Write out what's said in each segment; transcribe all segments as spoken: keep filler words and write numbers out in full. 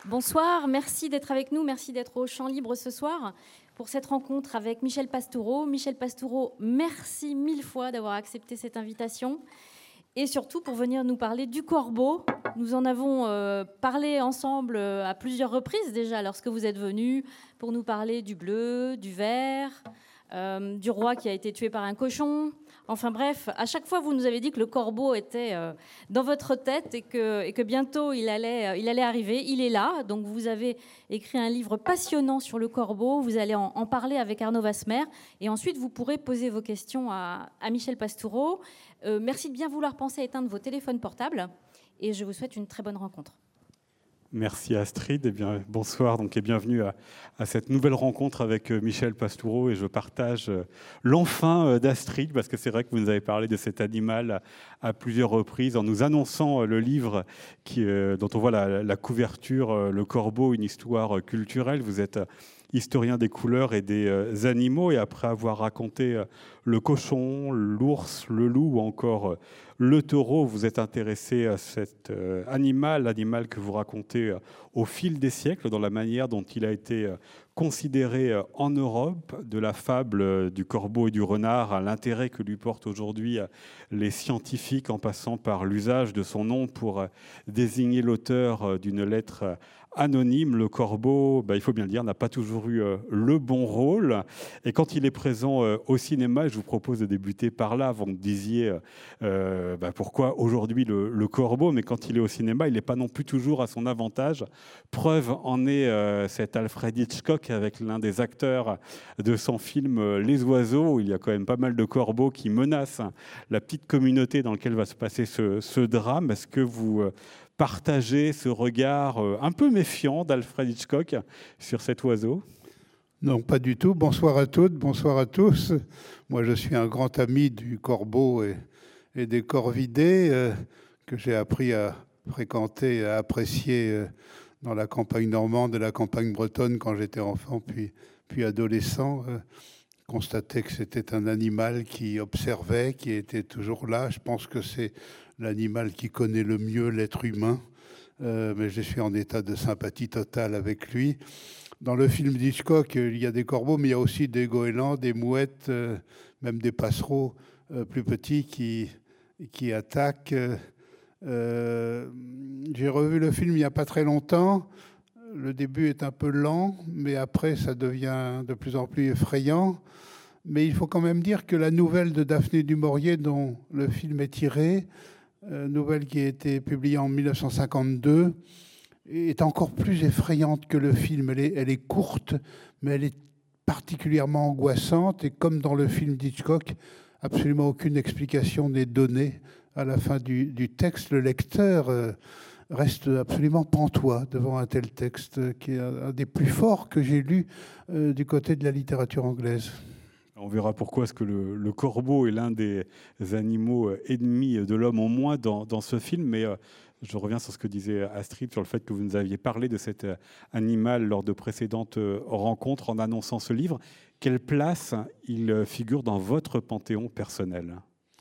Bonsoir, merci d'être avec nous, merci d'être au Champ Libre ce soir pour cette rencontre avec Michel Pastoureau. Michel Pastoureau, merci mille fois d'avoir accepté cette invitation et surtout pour venir nous parler du Corbeau. Nous en avons euh, parlé ensemble à plusieurs reprises déjà lorsque vous êtes venus pour nous parler du bleu, du vert, euh, du roi qui a été tué par un cochon. Enfin bref, à chaque fois, vous nous avez dit que le Corbeau était euh, dans votre tête et que, et que bientôt, il allait, euh, il allait arriver. Il est là. Donc, vous avez écrit un livre passionnant sur le Corbeau. Vous allez en, en parler avec Arnaud Vasmer. Et ensuite, vous pourrez poser vos questions à, à Michel Pastoureau. Euh, merci de bien vouloir penser à éteindre vos téléphones portables. Et je vous souhaite une très bonne rencontre. Merci Astrid, et bien, bonsoir donc, et bienvenue à, à cette nouvelle rencontre avec Michel Pastoureau. Et je partage l'enfin d'Astrid, parce que c'est vrai que vous nous avez parlé de cet animal à, à plusieurs reprises en nous annonçant le livre qui, euh, dont on voit la, la couverture, Le Corbeau, une histoire culturelle. Vous êtes historien des couleurs et des euh, animaux, et après avoir raconté euh, le cochon, l'ours, le loup ou encore euh, le taureau, vous êtes intéressé à cet euh, animal, l'animal que vous racontez euh, au fil des siècles, dans la manière dont il a été euh, considéré euh, en Europe, de la fable euh, du corbeau et du renard à l'intérêt que lui portent aujourd'hui euh, les scientifiques, en passant par l'usage de son nom pour euh, désigner l'auteur euh, d'une lettre euh, anonyme. Le corbeau, bah, il faut bien le dire, n'a pas toujours eu euh, le bon rôle. Et quand il est présent euh, au cinéma, je vous propose de débuter par là. Vous me disiez euh, bah, pourquoi aujourd'hui le, le corbeau, mais quand il est au cinéma, il n'est pas non plus toujours à son avantage. Preuve en est euh, cet Alfred Hitchcock avec l'un des acteurs de son film euh, Les Oiseaux. Il y a quand même pas mal de corbeaux qui menacent la petite communauté dans laquelle va se passer ce, ce drame. Est-ce que vous euh, partager ce regard un peu méfiant d'Alfred Hitchcock sur cet oiseau? Non, pas du tout. Bonsoir à toutes, bonsoir à tous. Moi, je suis un grand ami du corbeau et, et des corvidés euh, que j'ai appris à fréquenter et à apprécier euh, dans la campagne normande et la campagne bretonne quand j'étais enfant, puis, puis adolescent. Euh, constater que c'était un animal qui observait, qui était toujours là. Je pense que c'est l'animal qui connaît le mieux l'être humain, euh, mais je suis en état de sympathie totale avec lui. Dans le film d'Hitchcock, il y a des corbeaux, mais il y a aussi des goélands, des mouettes, euh, même des passereaux euh, plus petits qui, qui attaquent. Euh, j'ai revu le film il n'y a pas très longtemps. Le début est un peu lent, mais après, ça devient de plus en plus effrayant. Mais il faut quand même dire que la nouvelle de Daphné du Maurier, dont le film est tiré, euh, nouvelle qui a été publiée en mille neuf cent cinquante-deux, est encore plus effrayante que le film. Elle est, elle est courte, mais elle est particulièrement angoissante. Et comme dans le film d'Hitchcock, absolument aucune explication n'est donnée à la fin du, du texte. Le lecteur euh, reste absolument pantois devant un tel texte, qui est un des plus forts que j'ai lus euh, du côté de la littérature anglaise. On verra pourquoi est-ce que le, le corbeau est l'un des animaux ennemis de l'homme au moins dans, dans ce film. Mais euh, je reviens sur ce que disait Astrid, sur le fait que vous nous aviez parlé de cet animal lors de précédentes rencontres en annonçant ce livre. Quelle place il figure dans votre panthéon personnel ?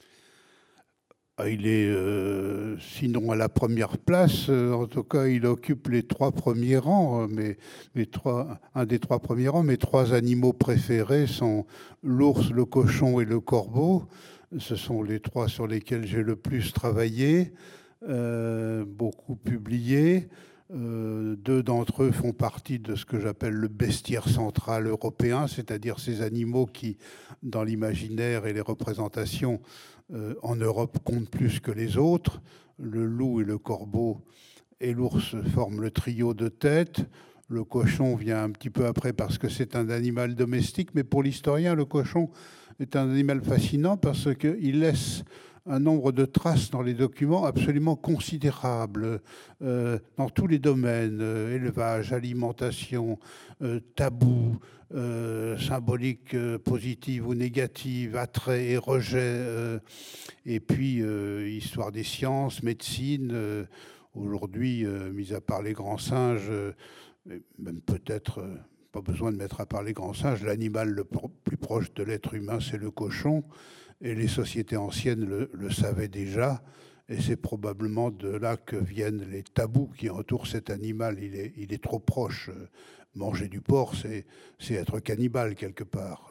Il est, euh, sinon à la première place, euh, en tout cas, il occupe les trois premiers rangs. Mes, mes trois, un des trois premiers rangs. Mes trois animaux préférés sont l'ours, le cochon et le corbeau. Ce sont les trois sur lesquels j'ai le plus travaillé, euh, beaucoup publié. Euh, deux d'entre eux font partie de ce que j'appelle le bestiaire central européen, c'est-à-dire ces animaux qui, dans l'imaginaire et les représentations, Euh, en Europe compte plus que les autres. Le loup et le corbeau et l'ours forment le trio de tête. Le cochon vient un petit peu après parce que c'est un animal domestique, mais pour l'historien, le cochon est un animal fascinant parce qu'il laisse un nombre de traces dans les documents absolument considérables euh, dans tous les domaines, euh, élevage, alimentation, euh, tabou, euh, symbolique euh, positive ou négative, attrait et rejet, euh, et puis euh, histoire des sciences, médecine. Euh, aujourd'hui, euh, mis à part les grands singes, euh, même peut-être... Euh, pas besoin de mettre à part les grands singes, l'animal le plus proche de l'être humain, c'est le cochon. Et les sociétés anciennes le, le savaient déjà. Et c'est probablement de là que viennent les tabous qui entourent cet animal. Il est, il est trop proche. Manger du porc, c'est, c'est être cannibale quelque part.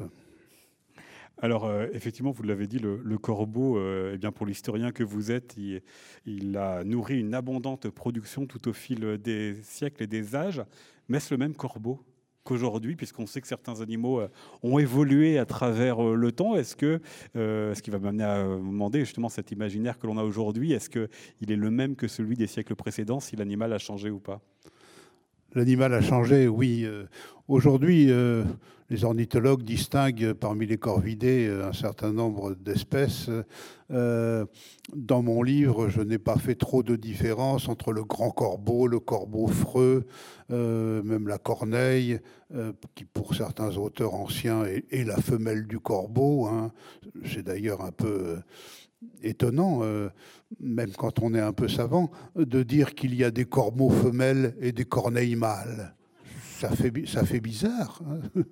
Alors, euh, effectivement, vous l'avez dit, le, le corbeau, euh, eh bien, pour l'historien que vous êtes, il, il a nourri une abondante production tout au fil des siècles et des âges. Mais est-ce le même corbeau qu'aujourd'hui, puisqu'on sait que certains animaux euh, ont évolué à travers euh, le temps? Est-ce que, euh, ce qui va m'amener à vous demander justement cet imaginaire que l'on a aujourd'hui, est-ce qu'il est le même que celui des siècles précédents, si l'animal a changé ou pas? L'animal a changé, oui. Aujourd'hui, euh, les ornithologues distinguent parmi les corvidés un certain nombre d'espèces. Euh, dans mon livre, je n'ai pas fait trop de différence entre le grand corbeau, le corbeau freux, euh, même la corneille, euh, qui pour certains auteurs anciens est, est la femelle du corbeau. Hein. C'est d'ailleurs un peu étonnant, euh, même quand on est un peu savant, de dire qu'il y a des corbeaux femelles et des corneilles mâles. Ça fait, ça fait bizarre. Hein.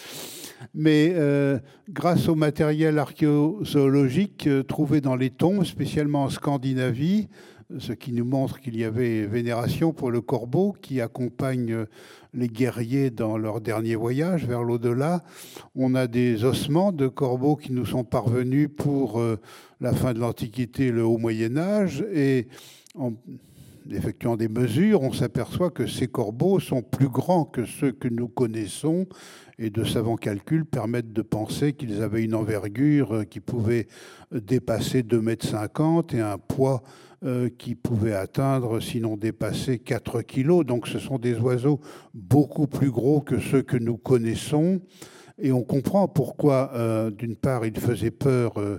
Mais euh, grâce au matériel archéozoologique euh, trouvé dans les tombes, spécialement en Scandinavie, ce qui nous montre qu'il y avait vénération pour le corbeau qui accompagne les guerriers dans leur dernier voyage vers l'au-delà. On a des ossements de corbeaux qui nous sont parvenus pour euh, la fin de l'Antiquité et le Haut Moyen-Âge. Et en effectuant des mesures, on s'aperçoit que ces corbeaux sont plus grands que ceux que nous connaissons. Et de savants calculs permettent de penser qu'ils avaient une envergure qui pouvait dépasser deux mètres cinquante et un poids qui pouvait atteindre, sinon dépasser quatre kilos. Donc ce sont des oiseaux beaucoup plus gros que ceux que nous connaissons. Et on comprend pourquoi, euh, d'une part, ils faisaient peur euh,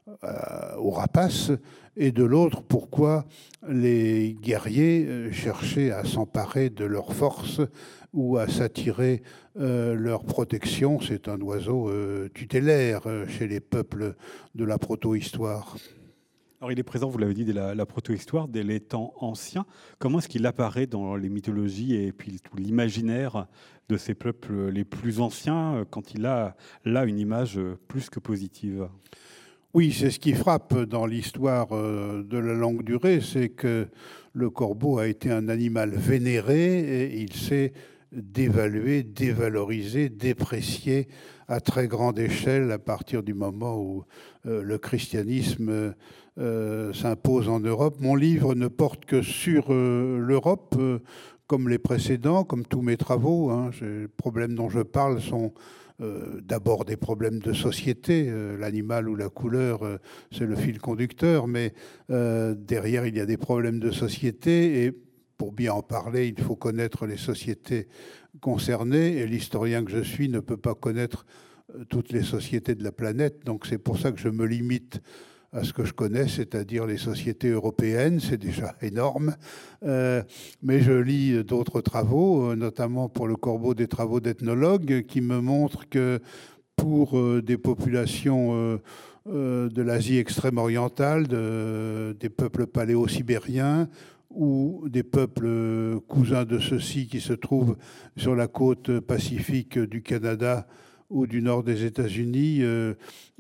aux rapaces, et de l'autre, pourquoi les guerriers cherchaient à s'emparer de leurs forces ou à s'attirer euh, leur protection. C'est un oiseau euh, tutélaire chez les peuples de la protohistoire. Alors, il est présent, vous l'avez dit, dès la, la protohistoire, dès les temps anciens. Comment est-ce qu'il apparaît dans les mythologies et puis tout l'imaginaire de ces peuples les plus anciens quand il a là une image plus que positive? Oui, c'est ce qui frappe dans l'histoire de la longue durée, c'est que le corbeau a été un animal vénéré et il s'est dévalué, dévalorisé, déprécié à très grande échelle à partir du moment où euh, le christianisme euh, s'impose en Europe. Mon livre ne porte que sur euh, l'Europe, euh, comme les précédents, comme tous mes travaux. Hein. Les problèmes dont je parle sont euh, d'abord des problèmes de société. Euh, l'animal ou la couleur, euh, c'est le fil conducteur, mais euh, derrière, il y a des problèmes de société. Et pour bien en parler, il faut connaître les sociétés concernées. Et l'historien que je suis ne peut pas connaître toutes les sociétés de la planète. Donc c'est pour ça que je me limite à ce que je connais, c'est-à-dire les sociétés européennes. C'est déjà énorme. Euh, mais je lis d'autres travaux, notamment pour le corbeau des travaux d'ethnologues, qui me montrent que pour euh, des populations euh, euh, de l'Asie extrême-orientale, de, des peuples paléo-sibériens, ou des peuples cousins de ceux-ci qui se trouvent sur la côte pacifique du Canada ou du nord des États-Unis, euh,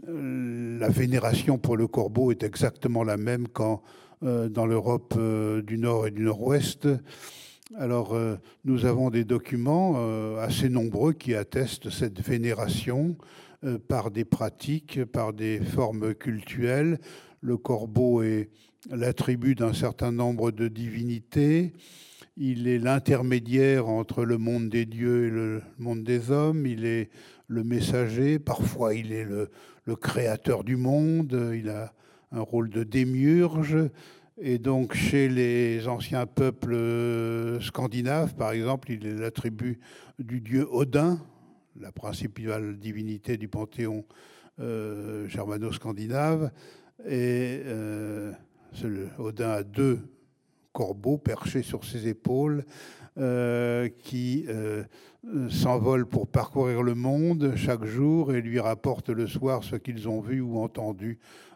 la vénération pour le corbeau est exactement la même qu'en euh, dans l'Europe euh, du Nord et du Nord-Ouest. Alors, euh, nous avons des documents euh, assez nombreux qui attestent cette vénération euh, par des pratiques, par des formes cultuelles. Le corbeau est l'attribut d'un certain nombre de divinités. Il est l'intermédiaire entre le monde des dieux et le monde des hommes. Il est le messager. Parfois, il est le, le créateur du monde. Il a un rôle de démiurge. Et donc, chez les anciens peuples scandinaves, par exemple, il est l'attribut du dieu Odin, la principale divinité du panthéon euh, germano-scandinave. Et euh, le, Odin a deux corbeaux perchés sur ses épaules euh, qui euh, s'envolent pour parcourir le monde chaque jour et lui rapportent le soir ce qu'ils ont vu ou entendu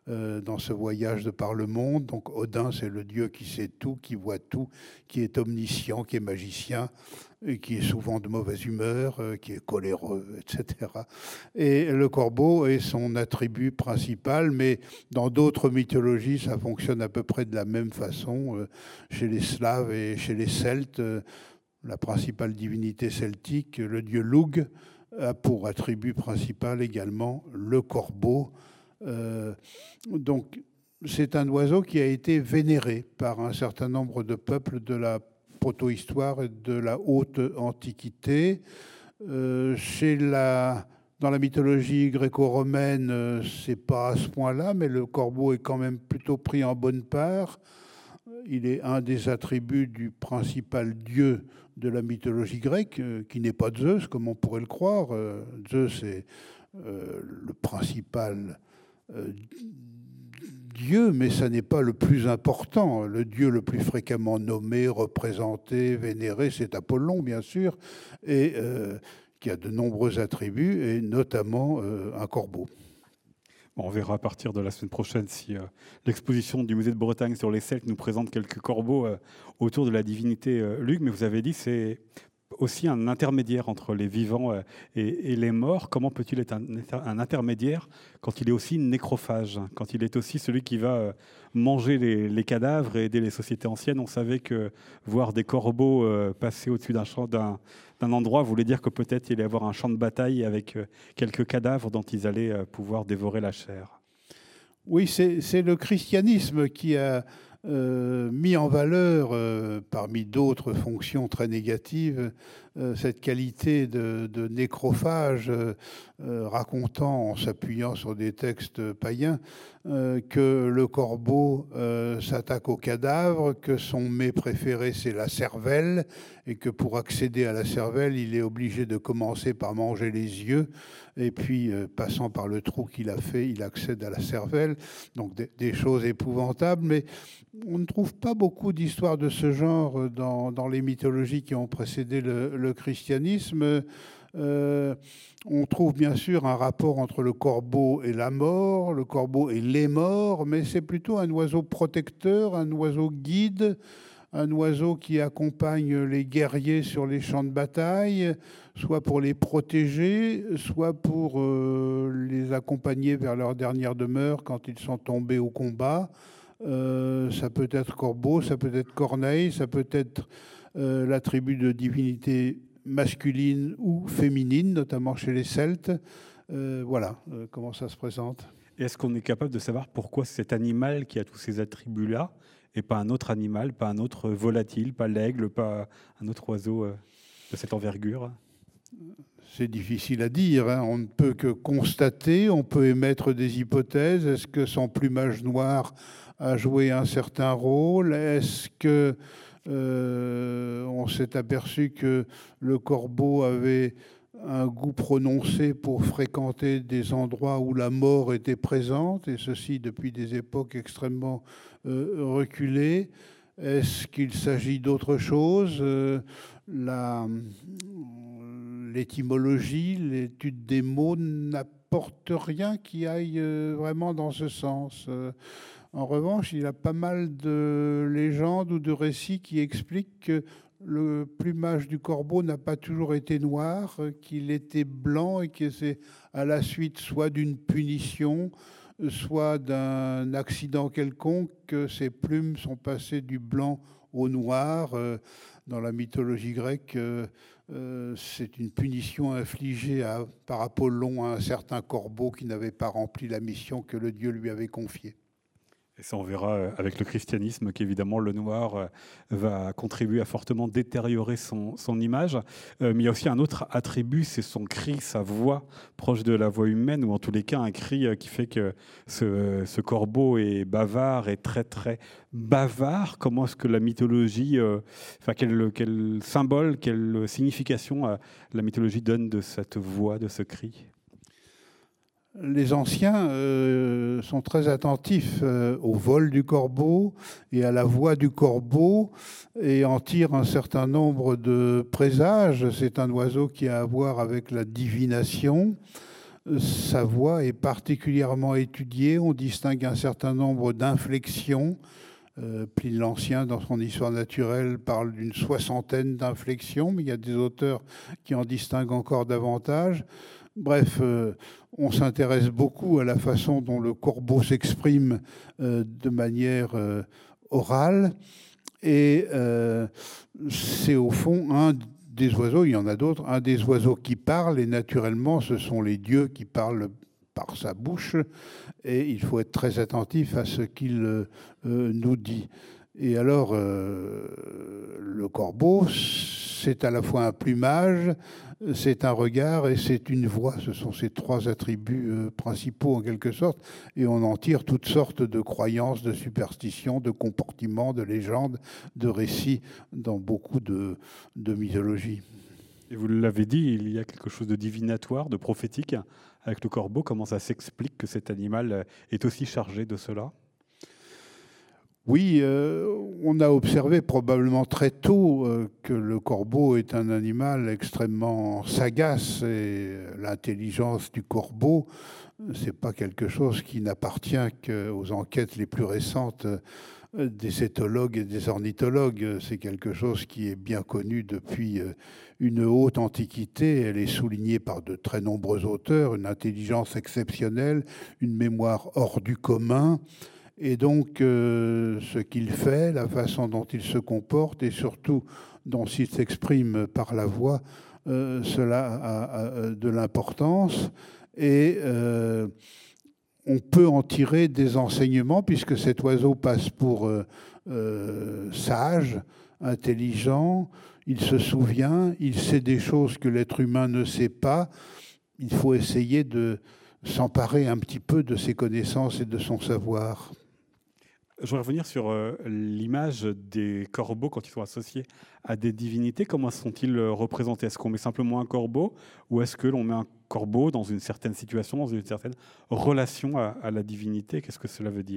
euh, dans ce voyage de par le monde. Donc Odin, c'est le dieu qui sait tout, qui voit tout, qui est omniscient, qui est magicien, et qui est souvent de mauvaise humeur, euh, qui est coléreux, et cetera. Et le corbeau est son attribut principal, mais dans d'autres mythologies, ça fonctionne à peu près de la même façon. Euh, chez les Slaves et chez les Celtes, euh, la principale divinité celtique, le dieu Lugh, a pour attribut principal également le corbeau. Euh, donc, c'est un oiseau qui a été vénéré par un certain nombre de peuples de la protohistoire et de la haute antiquité. Euh, chez la, dans la mythologie gréco-romaine, euh, c'est pas à ce point-là, mais le corbeau est quand même plutôt pris en bonne part. Il est un des attributs du principal dieu de la mythologie grecque, euh, qui n'est pas Zeus, comme on pourrait le croire. Euh, Zeus est euh, le principal euh, dieu, mais ça n'est pas le plus important. Le dieu le plus fréquemment nommé, représenté, vénéré, c'est Apollon, bien sûr, et euh, qui a de nombreux attributs, et notamment euh, un corbeau. On verra à partir de la semaine prochaine si euh, l'exposition du musée de Bretagne sur les Celtes nous présente quelques corbeaux euh, autour de la divinité euh, Lugh. Mais vous avez dit c'est aussi un intermédiaire entre les vivants euh, et, et les morts. Comment peut-il être un, un intermédiaire quand il est aussi nécrophage, quand il est aussi celui qui va euh, manger les, les cadavres et aider les sociétés anciennes? On savait que voir des corbeaux euh, passer au-dessus d'un champ d'un d'un endroit voulait dire que peut-être il allait y avoir un champ de bataille avec quelques cadavres dont ils allaient pouvoir dévorer la chair. Oui, c'est, c'est le christianisme qui a euh, mis en valeur, euh, parmi d'autres fonctions très négatives, euh, cette qualité de, de nécrophage, euh, racontant, en s'appuyant sur des textes païens, euh, que le corbeau euh, s'attaque aux cadavres, que son mets préféré c'est la cervelle, et que pour accéder à la cervelle, il est obligé de commencer par manger les yeux, et puis euh, passant par le trou qu'il a fait, il accède à la cervelle. Donc des, des choses épouvantables, mais on ne trouve pas beaucoup d'histoires de ce genre dans, dans les mythologies qui ont précédé le, le christianisme. Euh, on trouve bien sûr un rapport entre le corbeau et la mort, le corbeau et les morts, mais c'est plutôt un oiseau protecteur, un oiseau guide, un oiseau qui accompagne les guerriers sur les champs de bataille, soit pour les protéger, soit pour euh, les accompagner vers leur dernière demeure quand ils sont tombés au combat. Euh, ça peut être corbeau, ça peut être corneille, ça peut être euh, l'attribut de divinité masculine ou féminine, notamment chez les Celtes. Euh, voilà euh, comment ça se présente. Et est-ce qu'on est capable de savoir pourquoi cet animal qui a tous ces attributs-là et pas un autre animal, pas un autre volatile, pas l'aigle, pas un autre oiseau euh, de cette envergure? C'est difficile à dire, hein. On ne peut que constater, on peut émettre des hypothèses. Est-ce que son plumage noir a joué un certain rôle? Est-ce que euh, on s'est aperçu que le corbeau avait un goût prononcé pour fréquenter des endroits où la mort était présente, et ceci depuis des époques extrêmement euh, reculées? Est-ce qu'il s'agit d'autre chose? euh, la, L'étymologie, l'étude des mots n'apporte rien qui aille euh, vraiment dans ce sens. Euh, en revanche, il y a pas mal de légendes ou de récits qui expliquent que le plumage du corbeau n'a pas toujours été noir, qu'il était blanc et que c'est à la suite soit d'une punition, soit d'un accident quelconque que ces plumes sont passées du blanc au noir. Dans la mythologie grecque, c'est une punition infligée à, par Apollon à un certain corbeau qui n'avait pas rempli la mission que le dieu lui avait confiée. Et ça, on verra avec le christianisme qu'évidemment le noir va contribuer à fortement détériorer son, son image. Euh, mais il y a aussi un autre attribut, c'est son cri, sa voix, proche de la voix humaine, ou en tous les cas un cri qui fait que ce, ce corbeau est bavard, est très très bavard. Comment est-ce que la mythologie, euh, enfin quel, quel symbole, quelle signification euh, la mythologie donne de cette voix, de ce cri ? Les anciens euh, sont très attentifs euh, au vol du corbeau et à la voix du corbeau et en tirent un certain nombre de présages. C'est un oiseau qui a à voir avec la divination. sa voix est particulièrement étudiée. On distingue un certain nombre d'inflexions. Euh, Pline l'Ancien, dans son Histoire naturelle, parle d'une soixantaine d'inflexions, mais il y a des auteurs qui en distinguent encore davantage. Bref, euh, on s'intéresse beaucoup à la façon dont le corbeau s'exprime euh, de manière euh, orale. Et euh, c'est au fond un des oiseaux, il y en a d'autres, un des oiseaux qui parle, et naturellement, ce sont les dieux qui parlent par sa bouche, et il faut être très attentif à ce qu'il euh, nous dit. Et alors, euh, le corbeau, c'est à la fois un plumage, c'est un regard et c'est une voix. Ce sont ces trois attributs euh, principaux en quelque sorte, et on en tire toutes sortes de croyances, de superstitions, de comportements, de légendes, de récits dans beaucoup de, de mythologies. Et vous l'avez dit, il y a quelque chose de divinatoire, de prophétique avec le corbeau. Comment ça s'explique que cet animal est aussi chargé de cela ? Oui, euh, on a observé probablement très tôt euh, que le corbeau est un animal extrêmement sagace, et l'intelligence du corbeau, c'est pas quelque chose qui n'appartient qu'aux enquêtes les plus récentes des cétologues et des ornithologues. C'est quelque chose qui est bien connu depuis une haute antiquité. Elle est soulignée par de très nombreux auteurs, une intelligence exceptionnelle, une mémoire hors du commun. Et donc, euh, ce qu'il fait, la façon dont il se comporte et surtout dont il s'exprime par la voix, euh, cela a, a de l'importance. Et euh, on peut en tirer des enseignements, puisque cet oiseau passe pour euh, euh, sage, intelligent, il se souvient, il sait des choses que l'être humain ne sait pas. Il faut essayer de s'emparer un petit peu de ses connaissances et de son savoir. Je voudrais revenir sur euh, l'image des corbeaux quand ils sont associés à des divinités. Comment sont-ils représentés ? Est-ce qu'on met simplement un corbeau ou est-ce que l'on met un corbeau dans une certaine situation, dans une certaine relation à, à la divinité ? Qu'est-ce que cela veut dire ?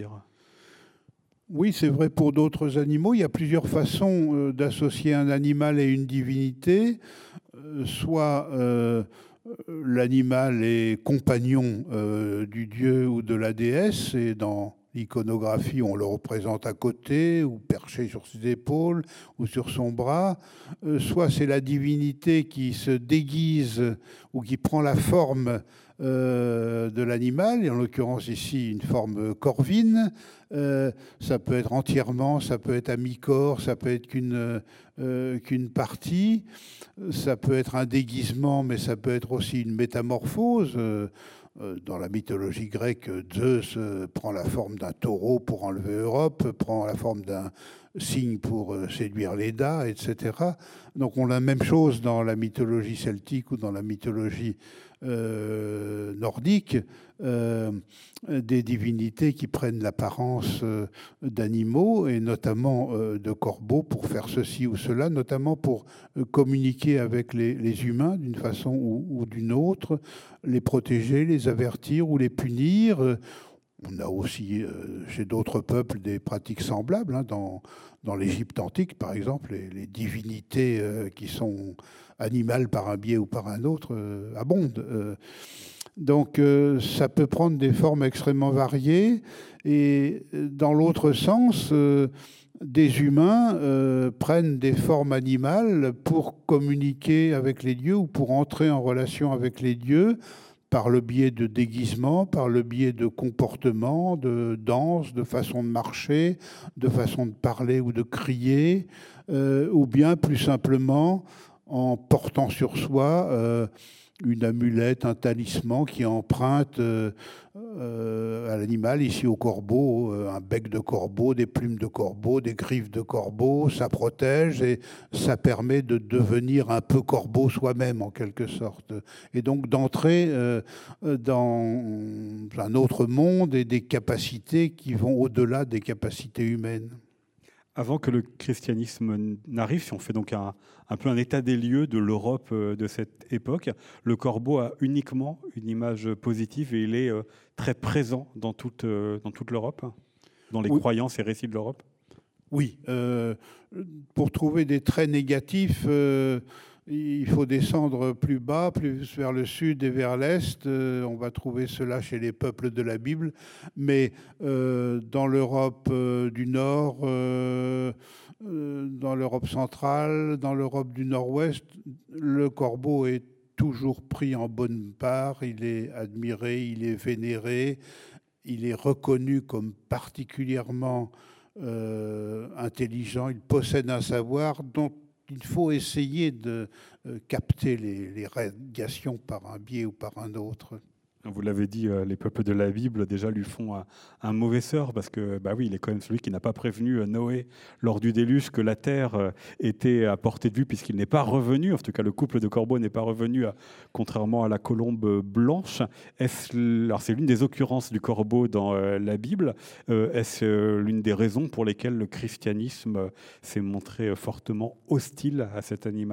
Oui, c'est vrai pour d'autres animaux. Il y a plusieurs façons euh, d'associer un animal à une divinité. Euh, soit euh, l'animal est compagnon euh, du dieu ou de la déesse, et dans l'iconographie, on le représente à côté, ou perché sur ses épaules, ou sur son bras. Euh, soit c'est la divinité qui se déguise ou qui prend la forme euh, de l'animal, et en l'occurrence ici une forme corvine. Euh, ça peut être entièrement, ça peut être à mi-corps, ça peut être qu'une euh, qu'une partie. Ça peut être un déguisement, mais ça peut être aussi une métamorphose. Euh, Dans la mythologie grecque, Zeus prend la forme d'un taureau pour enlever Europe, prend la forme d'un cygne pour séduire Léda, et cetera. Donc on a la même chose dans la mythologie celtique ou dans la mythologie euh, nordique, euh, des divinités qui prennent l'apparence euh, d'animaux, et notamment euh, de corbeaux, pour faire ceci ou cela, notamment pour euh, communiquer avec les, les humains d'une façon ou, ou d'une autre, les protéger, les avertir ou les punir. Euh, on a aussi euh, chez d'autres peuples des pratiques semblables, hein, dans, dans l'Égypte antique par exemple, les, les divinités euh, qui sont animales par un biais ou par un autre euh, abondent. Euh, donc euh, ça peut prendre des formes extrêmement variées, et dans l'autre sens, euh, des humains euh, prennent des formes animales pour communiquer avec les dieux ou pour entrer en relation avec les dieux, par le biais de déguisements, par le biais de comportements, de danse, de façon de marcher, de façon de parler ou de crier, euh, ou bien plus simplement en portant sur soi euh, une amulette, un talisman qui emprunte euh, euh, à l'animal, ici au corbeau, euh, un bec de corbeau, des plumes de corbeau, des griffes de corbeau. Ça protège et ça permet de devenir un peu corbeau soi-même en quelque sorte. Et donc d'entrer euh, dans un autre monde et des capacités qui vont au-delà des capacités humaines. Avant que le christianisme n'arrive, si on fait donc un, un peu un état des lieux de l'Europe de cette époque, le corbeau a uniquement une image positive et il est très présent dans toute, dans toute l'Europe, dans les oui. croyances et récits de l'Europe. Oui. Euh, pour trouver des traits négatifs, euh, il faut descendre plus bas, plus vers le sud et vers l'est. Euh, on va trouver cela chez les peuples de la Bible. Mais euh, dans l'Europe euh, du Nord, euh, euh, dans l'Europe centrale, dans l'Europe du Nord-Ouest, le corbeau est toujours pris en bonne part. Il est admiré, il est vénéré, il est reconnu comme particulièrement euh, intelligent. Il possède un savoir dont il faut essayer de euh, capter les, les radiations par un biais ou par un autre. Vous l'avez dit, euh, les peuples de la Bible déjà lui font un, un mauvais sort parce que, bah oui, il est quand même celui qui n'a pas prévenu euh, Noé lors du déluge que la terre euh, était à portée de vue puisqu'il n'est pas revenu. En tout cas, le couple de corbeaux n'est pas revenu, à, contrairement à la colombe blanche. Est-ce, alors c'est l'une des occurrences du corbeau dans euh, la Bible. Euh, est-ce euh, l'une des raisons pour lesquelles le christianisme euh, s'est montré euh, fortement hostile à cet animal ?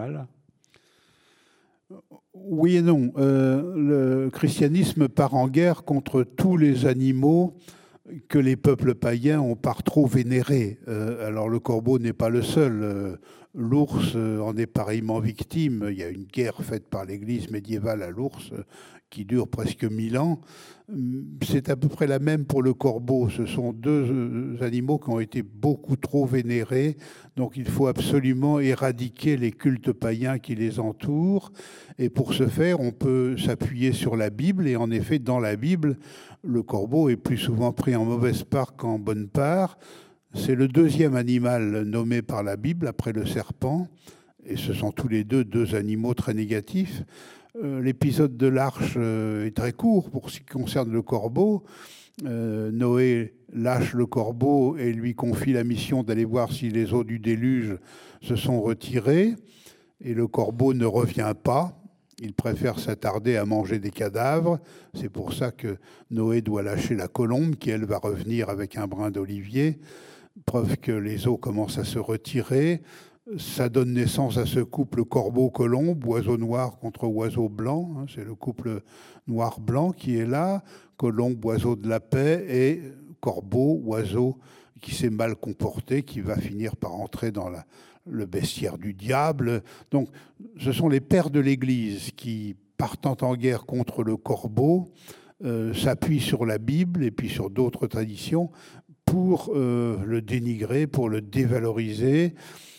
Oui et non. Euh, le christianisme part en guerre contre tous les animaux que les peuples païens ont par trop vénérés. Euh, alors le corbeau n'est pas le seul. Euh, l'ours euh, en est pareillement victime. Il y a une guerre faite par l'Église médiévale à l'ours euh, qui dure presque mille ans. C'est à peu près la même pour le corbeau. Ce sont deux animaux qui ont été beaucoup trop vénérés. Donc il faut absolument éradiquer les cultes païens qui les entourent. Et pour ce faire, on peut s'appuyer sur la Bible. Et en effet, dans la Bible, le corbeau est plus souvent pris en mauvaise part qu'en bonne part. C'est le deuxième animal nommé par la Bible après le serpent. Et ce sont tous les deux deux animaux très négatifs. L'épisode de l'arche est très court pour ce qui concerne le corbeau. Euh, Noé lâche le corbeau et lui confie la mission d'aller voir si les eaux du déluge se sont retirées. Et le corbeau ne revient pas. Il préfère s'attarder à manger des cadavres. C'est pour ça que Noé doit lâcher la colombe qui, elle, va revenir avec un brin d'olivier. Preuve que les eaux commencent à se retirer. Ça donne naissance à ce couple corbeau-colombe, oiseau noir contre oiseau blanc. C'est le couple noir-blanc qui est là, colombe, oiseau de la paix, et corbeau, oiseau qui s'est mal comporté, qui va finir par entrer dans la, le bestiaire du diable. Donc, ce sont les pères de l'Église qui, partant en guerre contre le corbeau, euh, s'appuient sur la Bible et puis sur d'autres traditions pour euh, le dénigrer, pour le dévaloriser.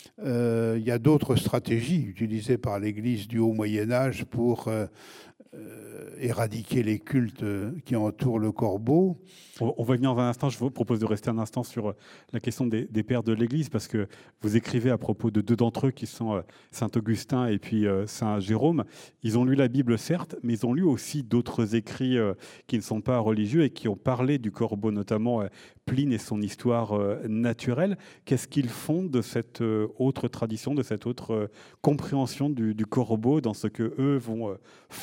Euh, il y a d'autres stratégies utilisées par l'Église du Haut Moyen-Âge pour euh, euh, éradiquer les cultes qui entourent le corbeau. On va venir dans un instant. Je vous propose de rester un instant sur la question des, des pères de l'Église, parce que vous écrivez à propos de deux d'entre eux qui sont saint Augustin et puis saint Jérôme. Ils ont lu la Bible, certes, mais ils ont lu aussi d'autres écrits qui ne sont pas religieux et qui ont parlé du corbeau, notamment Pline et son histoire naturelle. Qu'est-ce qu'ils font de cette autre tradition, de cette autre compréhension du, du corbeau dans ce que eux vont former ?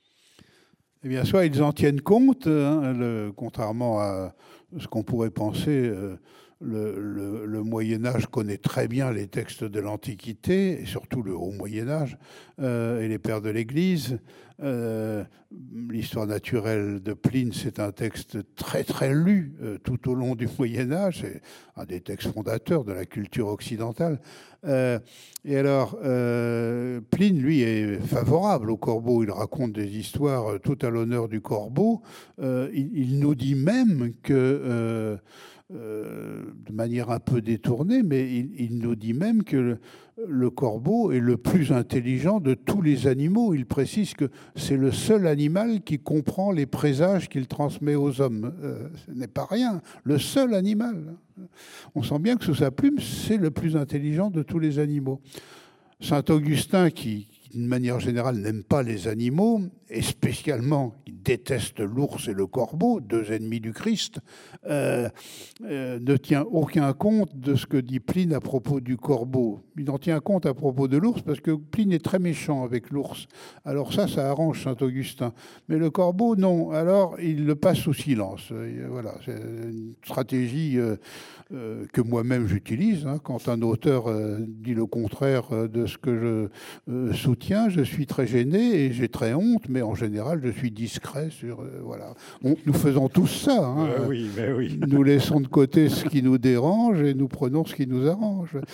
Eh bien, soit ils en tiennent compte, hein, le, contrairement à ce qu'on pourrait penser, euh, le, le, le Moyen-Âge connaît très bien les textes de l'Antiquité, et surtout le Haut Moyen-Âge, euh, et les pères de l'Église. Euh, l'histoire naturelle de Pline, c'est un texte très très lu euh, tout au long du Moyen-Âge, c'est un des textes fondateurs de la culture occidentale. Euh, et alors, euh, Pline, lui, est favorable au corbeau. Il raconte des histoires tout à l'honneur du corbeau. Euh, il, il nous dit même que, euh, euh, de manière un peu détournée, mais il, il nous dit même que le, le corbeau est le plus intelligent de tous les animaux. Il précise que c'est le seul animal qui comprend les présages qu'il transmet aux hommes. Euh, ce n'est pas rien. Le seul animal. On sent bien que sous sa plume, c'est le plus intelligent de tous les animaux. Saint Augustin, qui, d'une manière générale, n'aime pas les animaux, et spécialement, il déteste l'ours et le corbeau, deux ennemis du Christ, euh, euh, ne tient aucun compte de ce que dit Pline à propos du corbeau. Il en tient compte à propos de l'ours, parce que Pline est très méchant avec l'ours. Alors ça, ça arrange Saint Augustin. Mais le corbeau, non. Alors, il le passe sous silence. Et voilà, c'est une stratégie euh, euh, que moi-même j'utilise. Hein. Quand un auteur euh, dit le contraire de ce que je euh, soutiens, je suis très gêné et j'ai très honte, mais en général, je suis discret sur... Euh, voilà. On, nous faisons tous ça. Hein. Euh, oui, mais oui. Nous laissons de côté ce qui nous dérange et nous prenons ce qui nous arrange.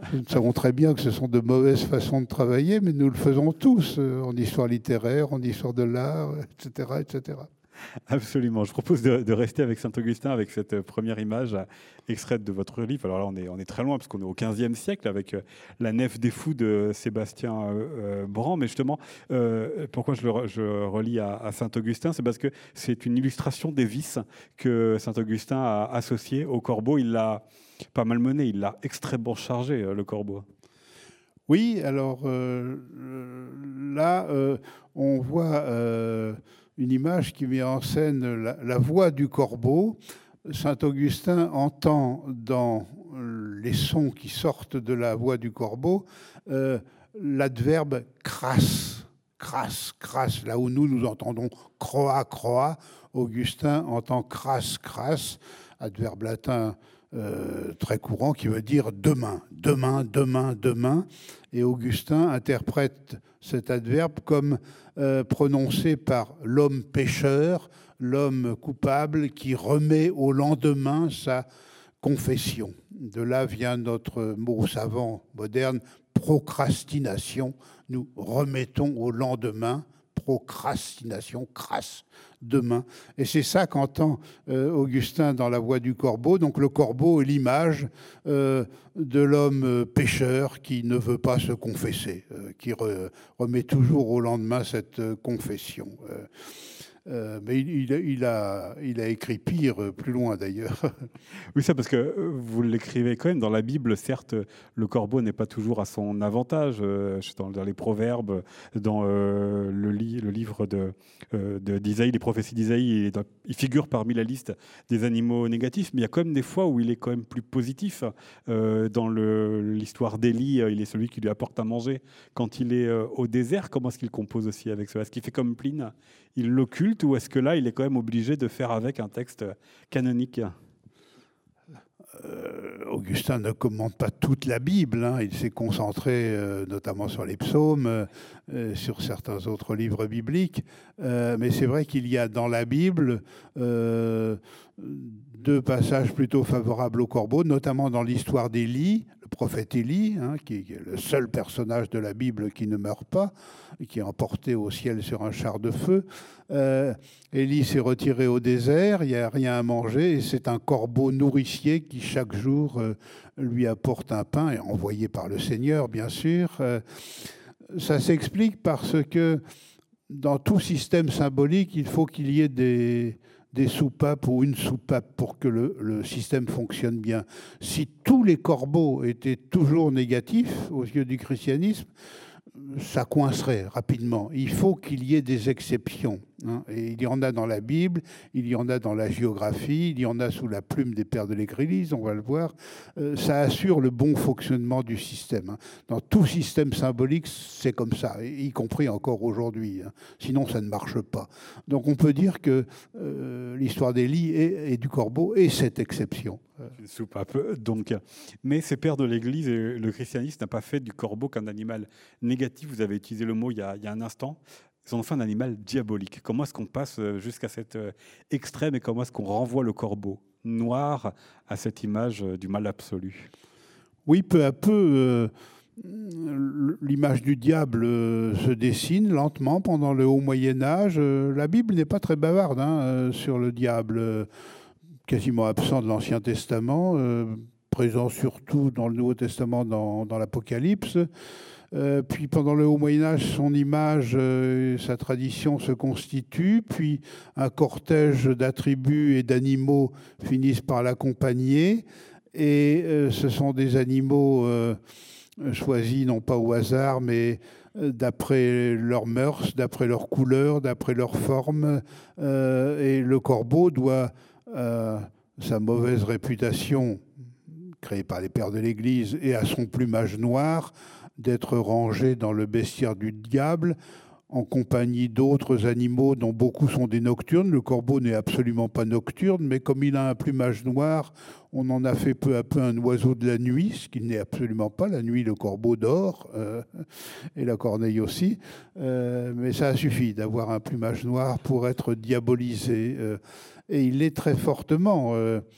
Nous savons très bien que ce sont de mauvaises façons de travailler, mais nous le faisons tous, en histoire littéraire, en histoire de l'art, et cetera, et cetera. Absolument. Je propose de, de rester avec Saint-Augustin, avec cette première image extraite de votre livre. Alors là, on est, on est très loin, parce qu'on est au quinzième siècle, avec la Nef des Fous de Sébastien euh, Brand. Mais justement, euh, pourquoi je le je relie à, à Saint-Augustin, c'est parce que c'est une illustration des vices que Saint-Augustin a associé au corbeau. Il l'a pas malmené, il l'a extrêmement chargé, le corbeau. Oui, alors euh, là, euh, on voit... Euh, une image qui met en scène la, la voix du corbeau. Saint-Augustin entend dans les sons qui sortent de la voix du corbeau euh, l'adverbe crasse, crasse, crasse. Là où nous, nous entendons croa, croa, Augustin entend crasse, crasse, adverbe latin euh, très courant qui veut dire demain, demain, demain, demain. Et Augustin interprète cet adverbe comme euh, prononcé par l'homme pécheur, l'homme coupable qui remet au lendemain sa confession. De là vient notre mot savant moderne, procrastination. Nous remettons au lendemain, procrastination, crasse, demain. Et c'est ça qu'entend euh, Augustin dans la voix du corbeau. Donc le corbeau est l'image euh, de l'homme pécheur qui ne veut pas se confesser, euh, qui re, remet toujours au lendemain cette euh, confession. Euh, Euh, mais il, il, a, il a écrit pire, plus loin d'ailleurs. Oui, ça parce que vous l'écrivez quand même dans la Bible. Certes, le corbeau n'est pas toujours à son avantage. Euh, dans, dans les proverbes, dans euh, le, li, le livre de, euh, de, d'Isaïe, les prophéties d'Isaïe, il, il figure parmi la liste des animaux négatifs. Mais il y a quand même des fois où il est quand même plus positif. Euh, dans le, l'histoire d'Élie, il est celui qui lui apporte à manger quand il est euh, au désert. Comment est-ce qu'il compose aussi avec cela? Est-ce qu'il fait comme Pline? Il l'occulte, ou est-ce que là, il est quand même obligé de faire avec un texte canonique? euh, Augustin ne commente pas toute la Bible, hein. Il s'est concentré euh, notamment sur les psaumes, euh, sur certains autres livres bibliques, euh, mais c'est vrai qu'il y a dans la Bible euh, deux passages plutôt favorables au corbeau, notamment dans l'histoire d'Élie, le prophète Élie, hein, qui est le seul personnage de la Bible qui ne meurt pas, qui est emporté au ciel sur un char de feu. Euh, Élie s'est retiré au désert, il n'y a rien à manger, et c'est un corbeau nourricier qui chaque jour euh, lui apporte un pain, et envoyé par le Seigneur, bien sûr. Euh, ça s'explique parce que dans tout système symbolique, il faut qu'il y ait des, des soupapes ou une soupape pour que le, le système fonctionne bien. Si tous les corbeaux étaient toujours négatifs aux yeux du christianisme, ça coincerait rapidement. Il faut qu'il y ait des exceptions, hein. Et il y en a dans la Bible, il y en a dans la géographie, il y en a sous la plume des pères de l'Église, on va le voir. Euh, ça assure le bon fonctionnement du système, hein. Dans tout système symbolique, c'est comme ça, y compris encore aujourd'hui, hein. Sinon, ça ne marche pas. Donc on peut dire que euh, l'histoire d'Élie et, et du corbeau est cette exception. Une soupape, donc. Mais ces pères de l'Église et le christianisme n'a pas fait du corbeau qu'un animal négatif. Vous avez utilisé le mot il y a, il y a un instant. Ils ont fait un animal diabolique. Comment est-ce qu'on passe jusqu'à cet extrême et comment est-ce qu'on renvoie le corbeau noir à cette image du mal absolu? Oui, peu à peu, euh, l'image du diable euh, se dessine lentement pendant le Haut Moyen-Âge. Euh, la Bible n'est pas très bavarde, hein, euh, sur le diable. Euh, quasiment absent de l'Ancien Testament, euh, présent surtout dans le Nouveau Testament, dans, dans l'Apocalypse. Euh, puis pendant le Haut Moyen-Âge, son image, euh, sa tradition se constitue, puis un cortège d'attributs et d'animaux finissent par l'accompagner, et euh, ce sont des animaux euh, choisis non pas au hasard, mais d'après leurs mœurs, d'après leur couleur, d'après leur forme, euh, et le corbeau doit Euh, sa mauvaise réputation, créée par les pères de l'Église, et à son plumage noir, d'être rangé dans le bestiaire du diable, en compagnie d'autres animaux dont beaucoup sont des nocturnes. Le corbeau n'est absolument pas nocturne, mais comme il a un plumage noir, on en a fait peu à peu un oiseau de la nuit, ce qui n'est absolument pas. La nuit, le corbeau dort, euh, et la corneille aussi. Euh, mais ça suffit d'avoir un plumage noir pour être diabolisé. Euh, et il l'est très fortement. Euh,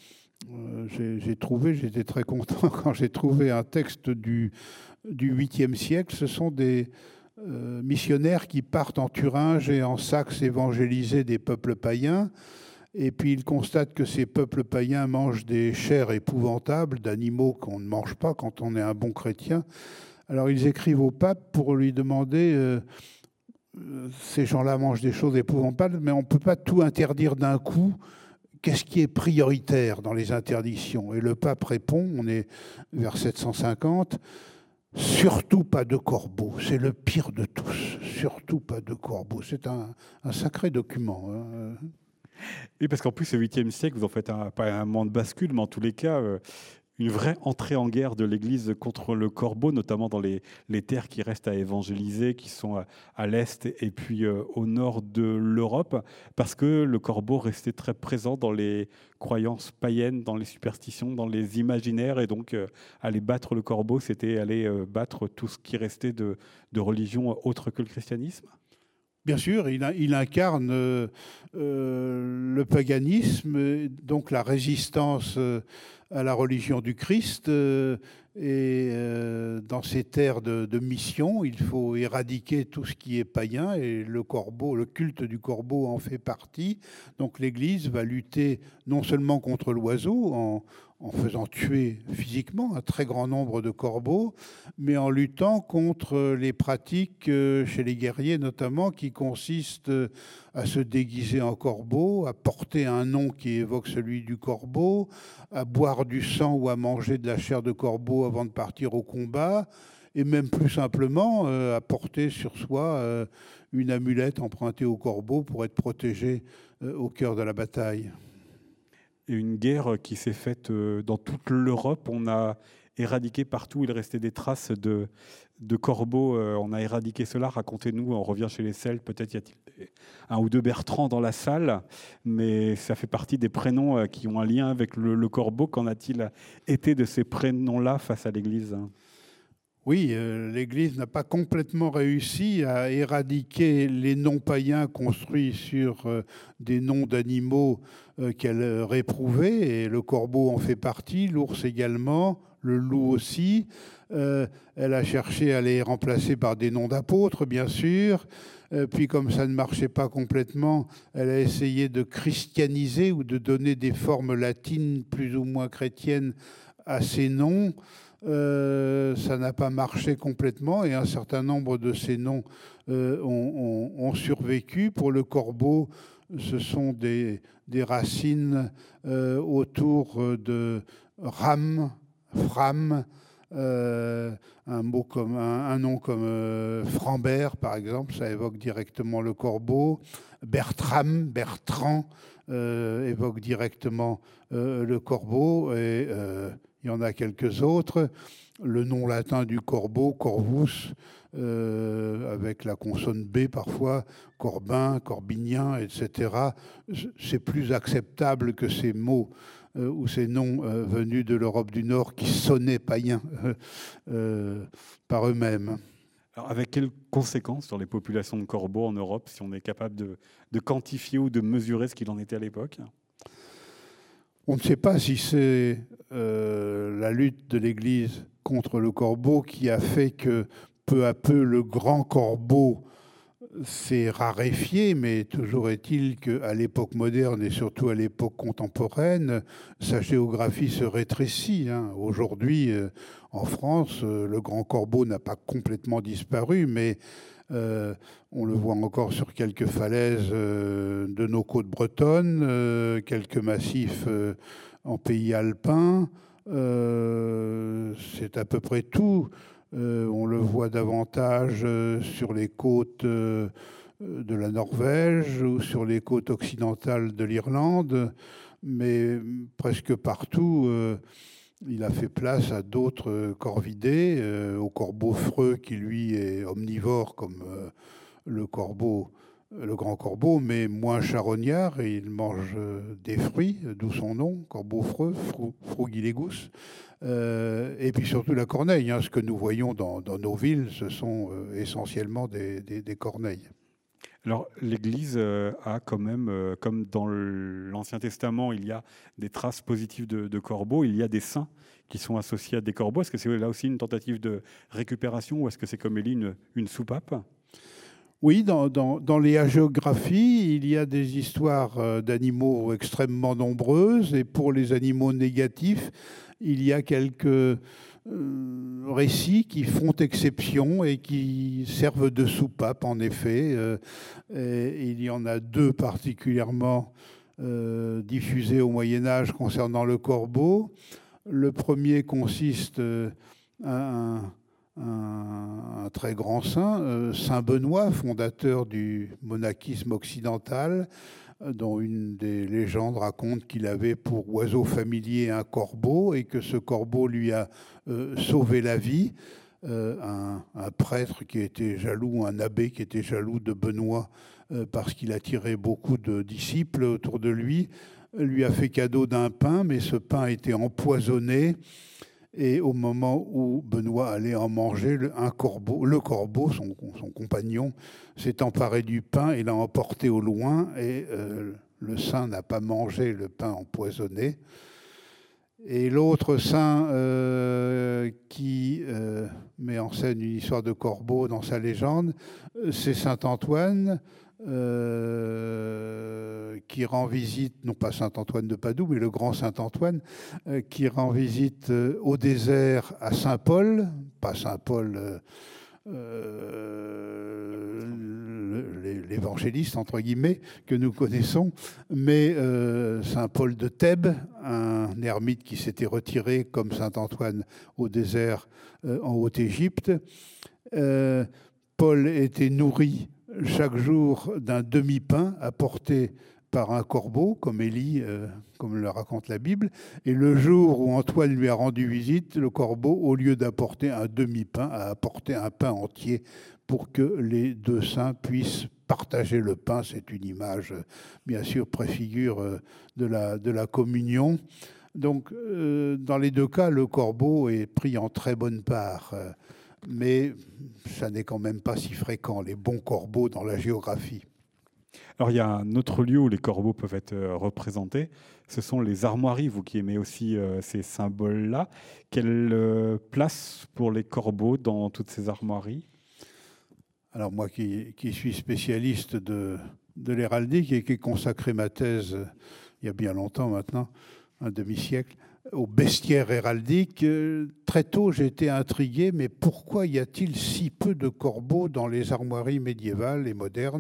euh, j'ai, j'ai trouvé, j'étais très content quand j'ai trouvé un texte du, du huitième siècle. Ce sont des euh, missionnaires qui partent en Thuringe et en Saxe évangéliser des peuples païens. Et puis ils constatent que ces peuples païens mangent des chairs épouvantables d'animaux qu'on ne mange pas quand on est un bon chrétien. Alors ils écrivent au pape pour lui demander, euh, euh, ces gens-là mangent des choses épouvantables, mais on ne peut pas tout interdire d'un coup. Qu'est-ce qui est prioritaire dans les interdictions? Et le pape répond, on est vers sept cent cinquante, surtout pas de corbeaux, c'est le pire de tous, surtout pas de corbeaux. C'est un, un sacré document. Hein. Oui, parce qu'en plus, au huitième siècle, vous en faites un, pas un moment de bascule, mais en tous les cas, euh, une vraie entrée en guerre de l'Église contre le corbeau, notamment dans les, les terres qui restent à évangéliser, qui sont à, à l'est et puis euh, au nord de l'Europe, parce que le corbeau restait très présent dans les croyances païennes, dans les superstitions, dans les imaginaires, et donc euh, aller battre le corbeau, c'était aller euh, battre tout ce qui restait de, de religion autre que le christianisme. Bien sûr, il, a, il incarne euh, euh, le paganisme, donc la résistance euh, à la religion du Christ. Euh, et euh, dans ces terres de, de mission, il faut éradiquer tout ce qui est païen, et le corbeau, le culte du corbeau en fait partie. Donc l'Église va lutter non seulement contre l'oiseau, en, en faisant tuer physiquement un très grand nombre de corbeaux, mais en luttant contre les pratiques chez les guerriers notamment, qui consistent à se déguiser en corbeau, à porter un nom qui évoque celui du corbeau, à boire du sang ou à manger de la chair de corbeau avant de partir au combat, et même plus simplement à porter sur soi une amulette empruntée au corbeau pour être protégé au cœur de la bataille. Et une guerre qui s'est faite dans toute l'Europe. On a éradiqué partout où il restait des traces de, de corbeaux. On a éradiqué cela. Racontez-nous, on revient chez les Celtes, peut-être y a-t-il un ou deux Bertrand dans la salle, mais ça fait partie des prénoms qui ont un lien avec le, le corbeau. Qu'en a-t-il été de ces prénoms-là face à l'Église ? Oui, euh, l'Église n'a pas complètement réussi à éradiquer les noms païens construits sur euh, des noms d'animaux euh, qu'elle réprouvait, et le corbeau en fait partie, l'ours également, le loup aussi. Euh, elle a cherché à les remplacer par des noms d'apôtres, bien sûr. Euh, puis comme ça ne marchait pas complètement, elle a essayé de christianiser ou de donner des formes latines plus ou moins chrétiennes à ces noms. Euh, ça n'a pas marché complètement, et un certain nombre de ces noms euh, ont, ont, ont survécu. Pour le corbeau, ce sont des, des racines euh, autour de ram, fram, euh, un, mot comme, un, un nom comme euh, Frambert, par exemple, ça évoque directement le corbeau. Bertram, Bertrand, euh, évoque directement euh, le corbeau, et euh, il y en a quelques autres. Le nom latin du corbeau, corvus, euh, avec la consonne B parfois, corbin, corbinien, et cetera. C'est plus acceptable que ces mots euh, ou ces noms euh, venus de l'Europe du Nord qui sonnaient païens euh, euh, par eux-mêmes. Alors, avec quelles conséquences sur les populations de corbeaux en Europe, si on est capable de, de quantifier ou de mesurer ce qu'il en était à l'époque ? On ne sait pas si c'est euh, la lutte de l'Église contre le corbeau qui a fait que peu à peu le grand corbeau s'est raréfié, mais toujours est-il qu'à l'époque moderne et surtout à l'époque contemporaine, sa géographie se rétrécit. Hein. Aujourd'hui, euh, en France, euh, le grand corbeau n'a pas complètement disparu, mais Euh, on le voit encore sur quelques falaises euh, de nos côtes bretonnes, euh, quelques massifs euh, en pays alpin. Euh, c'est à peu près tout. Euh, on le voit davantage euh, sur les côtes euh, de la Norvège ou sur les côtes occidentales de l'Irlande, mais presque partout. Euh, Il a fait place à d'autres corvidés, euh, au corbeau freux qui, lui, est omnivore comme euh, le corbeau, le grand corbeau, mais moins charognard, et il mange euh, des fruits, d'où son nom, corbeau freux, Frugilegus. Euh, et puis surtout la corneille. Hein, ce que nous voyons dans, dans nos villes, ce sont euh, essentiellement des, des, des corneilles. Alors, l'Église a quand même, comme dans l'Ancien Testament, il y a des traces positives de, de corbeaux, il y a des saints qui sont associés à des corbeaux. Est-ce que c'est là aussi une tentative de récupération ou est-ce que c'est comme Élie une, une soupape ? Oui, dans, dans, dans les hagiographies, il y a des histoires d'animaux extrêmement nombreuses et pour les animaux négatifs, il y a quelques Euh, récits qui font exception et qui servent de soupape, en effet. Euh, et il y en a deux particulièrement euh, diffusés au Moyen-Âge concernant le corbeau. Le premier consiste euh, à un, un, un très grand saint, euh, Saint Benoît, fondateur du monachisme occidental, dont une des légendes raconte qu'il avait pour oiseau familier un corbeau et que ce corbeau lui a euh, sauvé la vie. Euh, un, un prêtre qui était jaloux, un abbé qui était jaloux de Benoît euh, parce qu'il attirait beaucoup de disciples autour de lui, lui a fait cadeau d'un pain, mais ce pain était empoisonné. Et au moment où Benoît allait en manger, le, un corbeau, le corbeau, son, son compagnon, s'est emparé du pain et l'a emporté au loin. Et euh, le saint n'a pas mangé le pain empoisonné. Et l'autre saint euh, qui euh, met en scène une histoire de corbeau dans sa légende, c'est saint Antoine, Euh, qui rend visite, non pas saint Antoine de Padoue, mais le grand saint Antoine, euh, qui rend visite euh, au désert à saint Paul, pas saint Paul, euh, euh, l'évangéliste, entre guillemets, que nous connaissons, mais euh, saint Paul de Thèbes, un ermite qui s'était retiré, comme saint Antoine, au désert euh, en Haute-Égypte. Euh, Paul était nourri chaque jour d'un demi-pain apporté par un corbeau, comme Élie, euh, comme le raconte la Bible. Et le jour où Antoine lui a rendu visite, le corbeau, au lieu d'apporter un demi-pain, a apporté un pain entier pour que les deux saints puissent partager le pain. C'est une image, bien sûr, préfigure de la, de la communion. Donc, euh, dans les deux cas, le corbeau est pris en très bonne part. Mais ça n'est quand même pas si fréquent, les bons corbeaux dans la géographie. Alors il y a un autre lieu où les corbeaux peuvent être représentés, ce sont les armoiries, vous qui aimez aussi euh, ces symboles-là. Quelle euh, place pour les corbeaux dans toutes ces armoiries ? Alors moi qui, qui suis spécialiste de, de l'héraldique et qui ai consacré ma thèse il y a bien longtemps maintenant, un demi-siècle, au bestiaire héraldique, très tôt j'ai été intrigué, mais pourquoi y a-t-il si peu de corbeaux dans les armoiries médiévales et modernes ?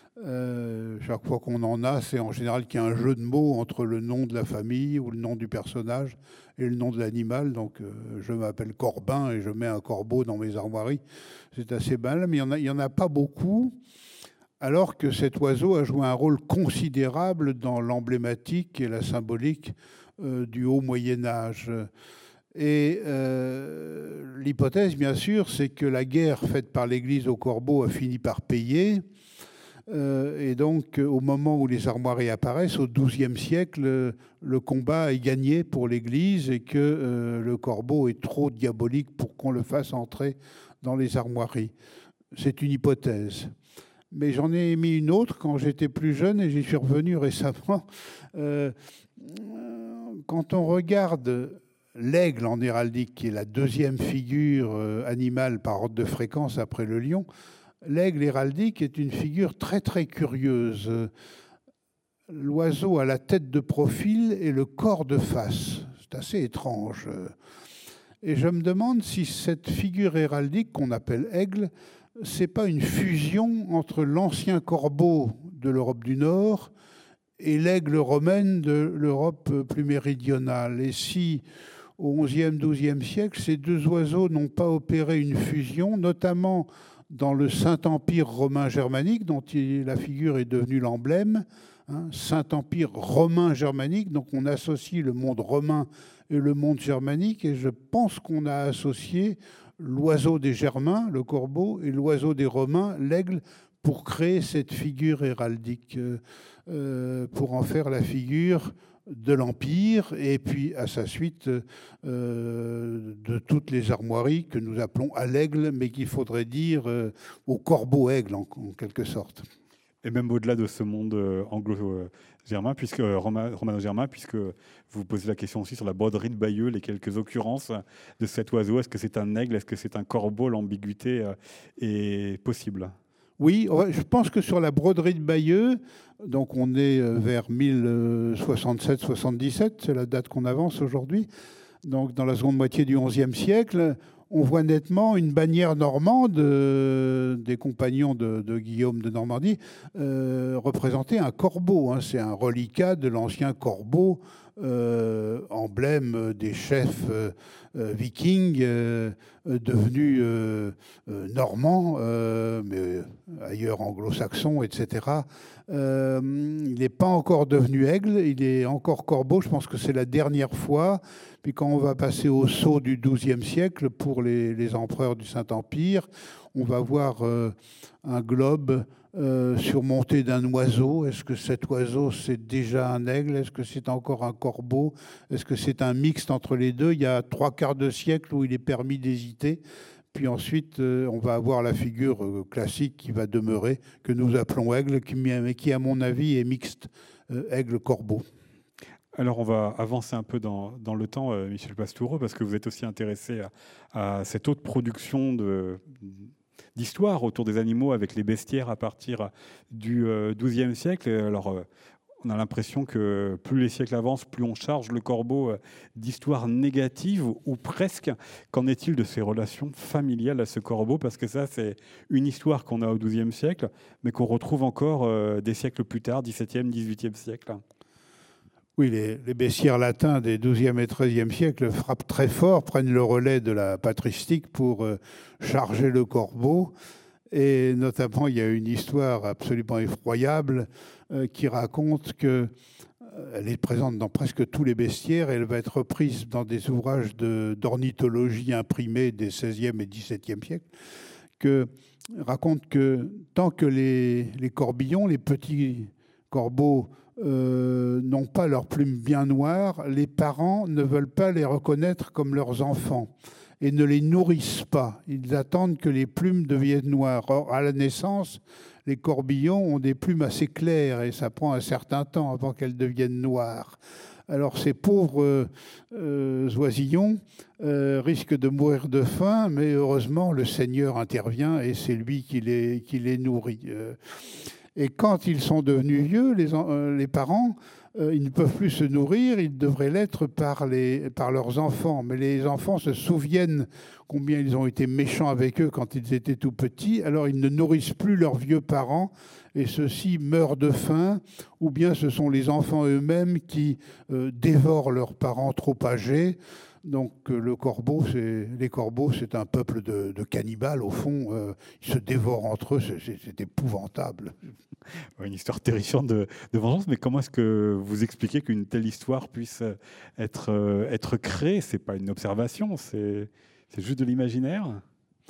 euh, Chaque fois qu'on en a, c'est en général qu'il y a un jeu de mots entre le nom de la famille ou le nom du personnage et le nom de l'animal. Donc euh, je m'appelle Corbin et je mets un corbeau dans mes armoiries. C'est assez banal, mais il n'y en, en a pas beaucoup. Alors que cet oiseau a joué un rôle considérable dans l'emblématique et la symbolique euh, du haut Moyen-Âge. Et euh, l'hypothèse, bien sûr, c'est que la guerre faite par l'Église au corbeau a fini par payer. Euh, et donc, au moment où les armoiries apparaissent, au douzième siècle, le combat est gagné pour l'Église et que euh, le corbeau est trop diabolique pour qu'on le fasse entrer dans les armoiries. C'est une hypothèse. Mais j'en ai mis une autre quand j'étais plus jeune et j'y suis revenu récemment. Euh, quand on regarde l'aigle en héraldique, qui est la deuxième figure animale par ordre de fréquence après le lion, l'aigle héraldique est une figure très très curieuse. L'oiseau a la tête de profil et le corps de face. C'est assez étrange. Et je me demande si cette figure héraldique qu'on appelle aigle, c'est pas une fusion entre l'ancien corbeau de l'Europe du Nord et l'aigle romaine de l'Europe plus méridionale. Et si, au onzième, douzième siècle, ces deux oiseaux n'ont pas opéré une fusion, notamment dans le Saint-Empire romain germanique, dont la figure est devenue l'emblème, hein, Saint-Empire romain germanique, donc on associe le monde romain et le monde germanique, et je pense qu'on a associé l'oiseau des Germains, le corbeau, et l'oiseau des Romains, l'aigle, pour créer cette figure héraldique, euh, pour en faire la figure de l'Empire, et puis à sa suite euh, de toutes les armoiries que nous appelons à l'aigle, mais qu'il faudrait dire euh, au corbeau-aigle, en, en quelque sorte. Et même au-delà de ce monde euh, anglo-germain, puisque euh, roma- romano-germain, puisque vous posez la question aussi sur la broderie de Bayeux, les quelques occurrences de cet oiseau. Est-ce que c'est un aigle? Est-ce que c'est un corbeau? L'ambiguïté euh, est possible. Oui, je pense que sur la broderie de Bayeux, donc on est vers mille soixante-sept soixante-dix-sept, c'est la date qu'on avance aujourd'hui, donc dans la seconde moitié du onzième siècle, on voit nettement une bannière normande euh, des compagnons de, de Guillaume de Normandie euh, représenter un corbeau. Hein. C'est un reliquat de l'ancien corbeau, euh, emblème des chefs euh, euh, vikings euh, devenus euh, euh, normands, euh, mais ailleurs anglo-saxons, et cetera. Euh, il n'est pas encore devenu aigle, il est encore corbeau. Je pense que c'est la dernière fois. Puis quand on va passer au sceau du douzième siècle, pour les, les empereurs du Saint-Empire, on va voir euh, un globe euh, surmonté d'un oiseau. Est-ce que cet oiseau, c'est déjà un aigle? Est-ce que c'est encore un corbeau? Est-ce que c'est un mixte entre les deux? Il y a trois quarts de siècle où il est permis d'hésiter. Puis ensuite, euh, on va avoir la figure euh, classique qui va demeurer, que nous appelons aigle, qui, qui à mon avis, est mixte, euh, aigle-corbeau. Alors, on va avancer un peu dans, dans le temps, euh, Michel Pastoureau, parce que vous êtes aussi intéressé à, à cette autre production de, d'histoire autour des animaux avec les bestiaires à partir du euh, douzième siècle. Et alors, euh, on a l'impression que plus les siècles avancent, plus on charge le corbeau euh, d'histoires négatives, ou presque. Qu'en est-il de ses relations familiales à ce corbeau? Parce que ça, c'est une histoire qu'on a au douzième siècle, mais qu'on retrouve encore euh, des siècles plus tard, dix-septième, dix-huitième siècle. Oui, les, les bestiaires latins des douzième et treizième siècle frappent très fort, prennent le relais de la patristique pour euh, charger le corbeau. Et notamment, il y a une histoire absolument effroyable euh, qui raconte que euh, elle est présente dans presque tous les bestiaires et elle va être reprise dans des ouvrages de, d'ornithologie imprimés des seizième et dix-septième siècles, que raconte que tant que les, les corbillons, les petits corbeaux, Euh, n'ont pas leurs plumes bien noires, les parents ne veulent pas les reconnaître comme leurs enfants et ne les nourrissent pas. Ils attendent que les plumes deviennent noires. Or, à la naissance, les corbillons ont des plumes assez claires et ça prend un certain temps avant qu'elles deviennent noires. Alors ces pauvres euh, euh, oisillons euh, risquent de mourir de faim, mais heureusement, le Seigneur intervient et c'est lui qui les, qui les nourrit. Euh, Et quand ils sont devenus vieux, les, euh, les parents, euh, ils ne peuvent plus se nourrir, ils devraient l'être par, les, par leurs enfants. Mais les enfants se souviennent combien ils ont été méchants avec eux quand ils étaient tout petits, alors ils ne nourrissent plus leurs vieux parents et ceux-ci meurent de faim, ou bien ce sont les enfants eux-mêmes qui euh, dévorent leurs parents trop âgés. Donc le corbeau, c'est, les corbeaux, c'est un peuple de, de cannibales, au fond. Euh, ils se dévorent entre eux, c'est, c'est, c'est épouvantable. Une histoire terrifiante de, de vengeance, mais comment est-ce que vous expliquez qu'une telle histoire puisse être, être créée? C'est pas une observation, c'est, c'est juste de l'imaginaire?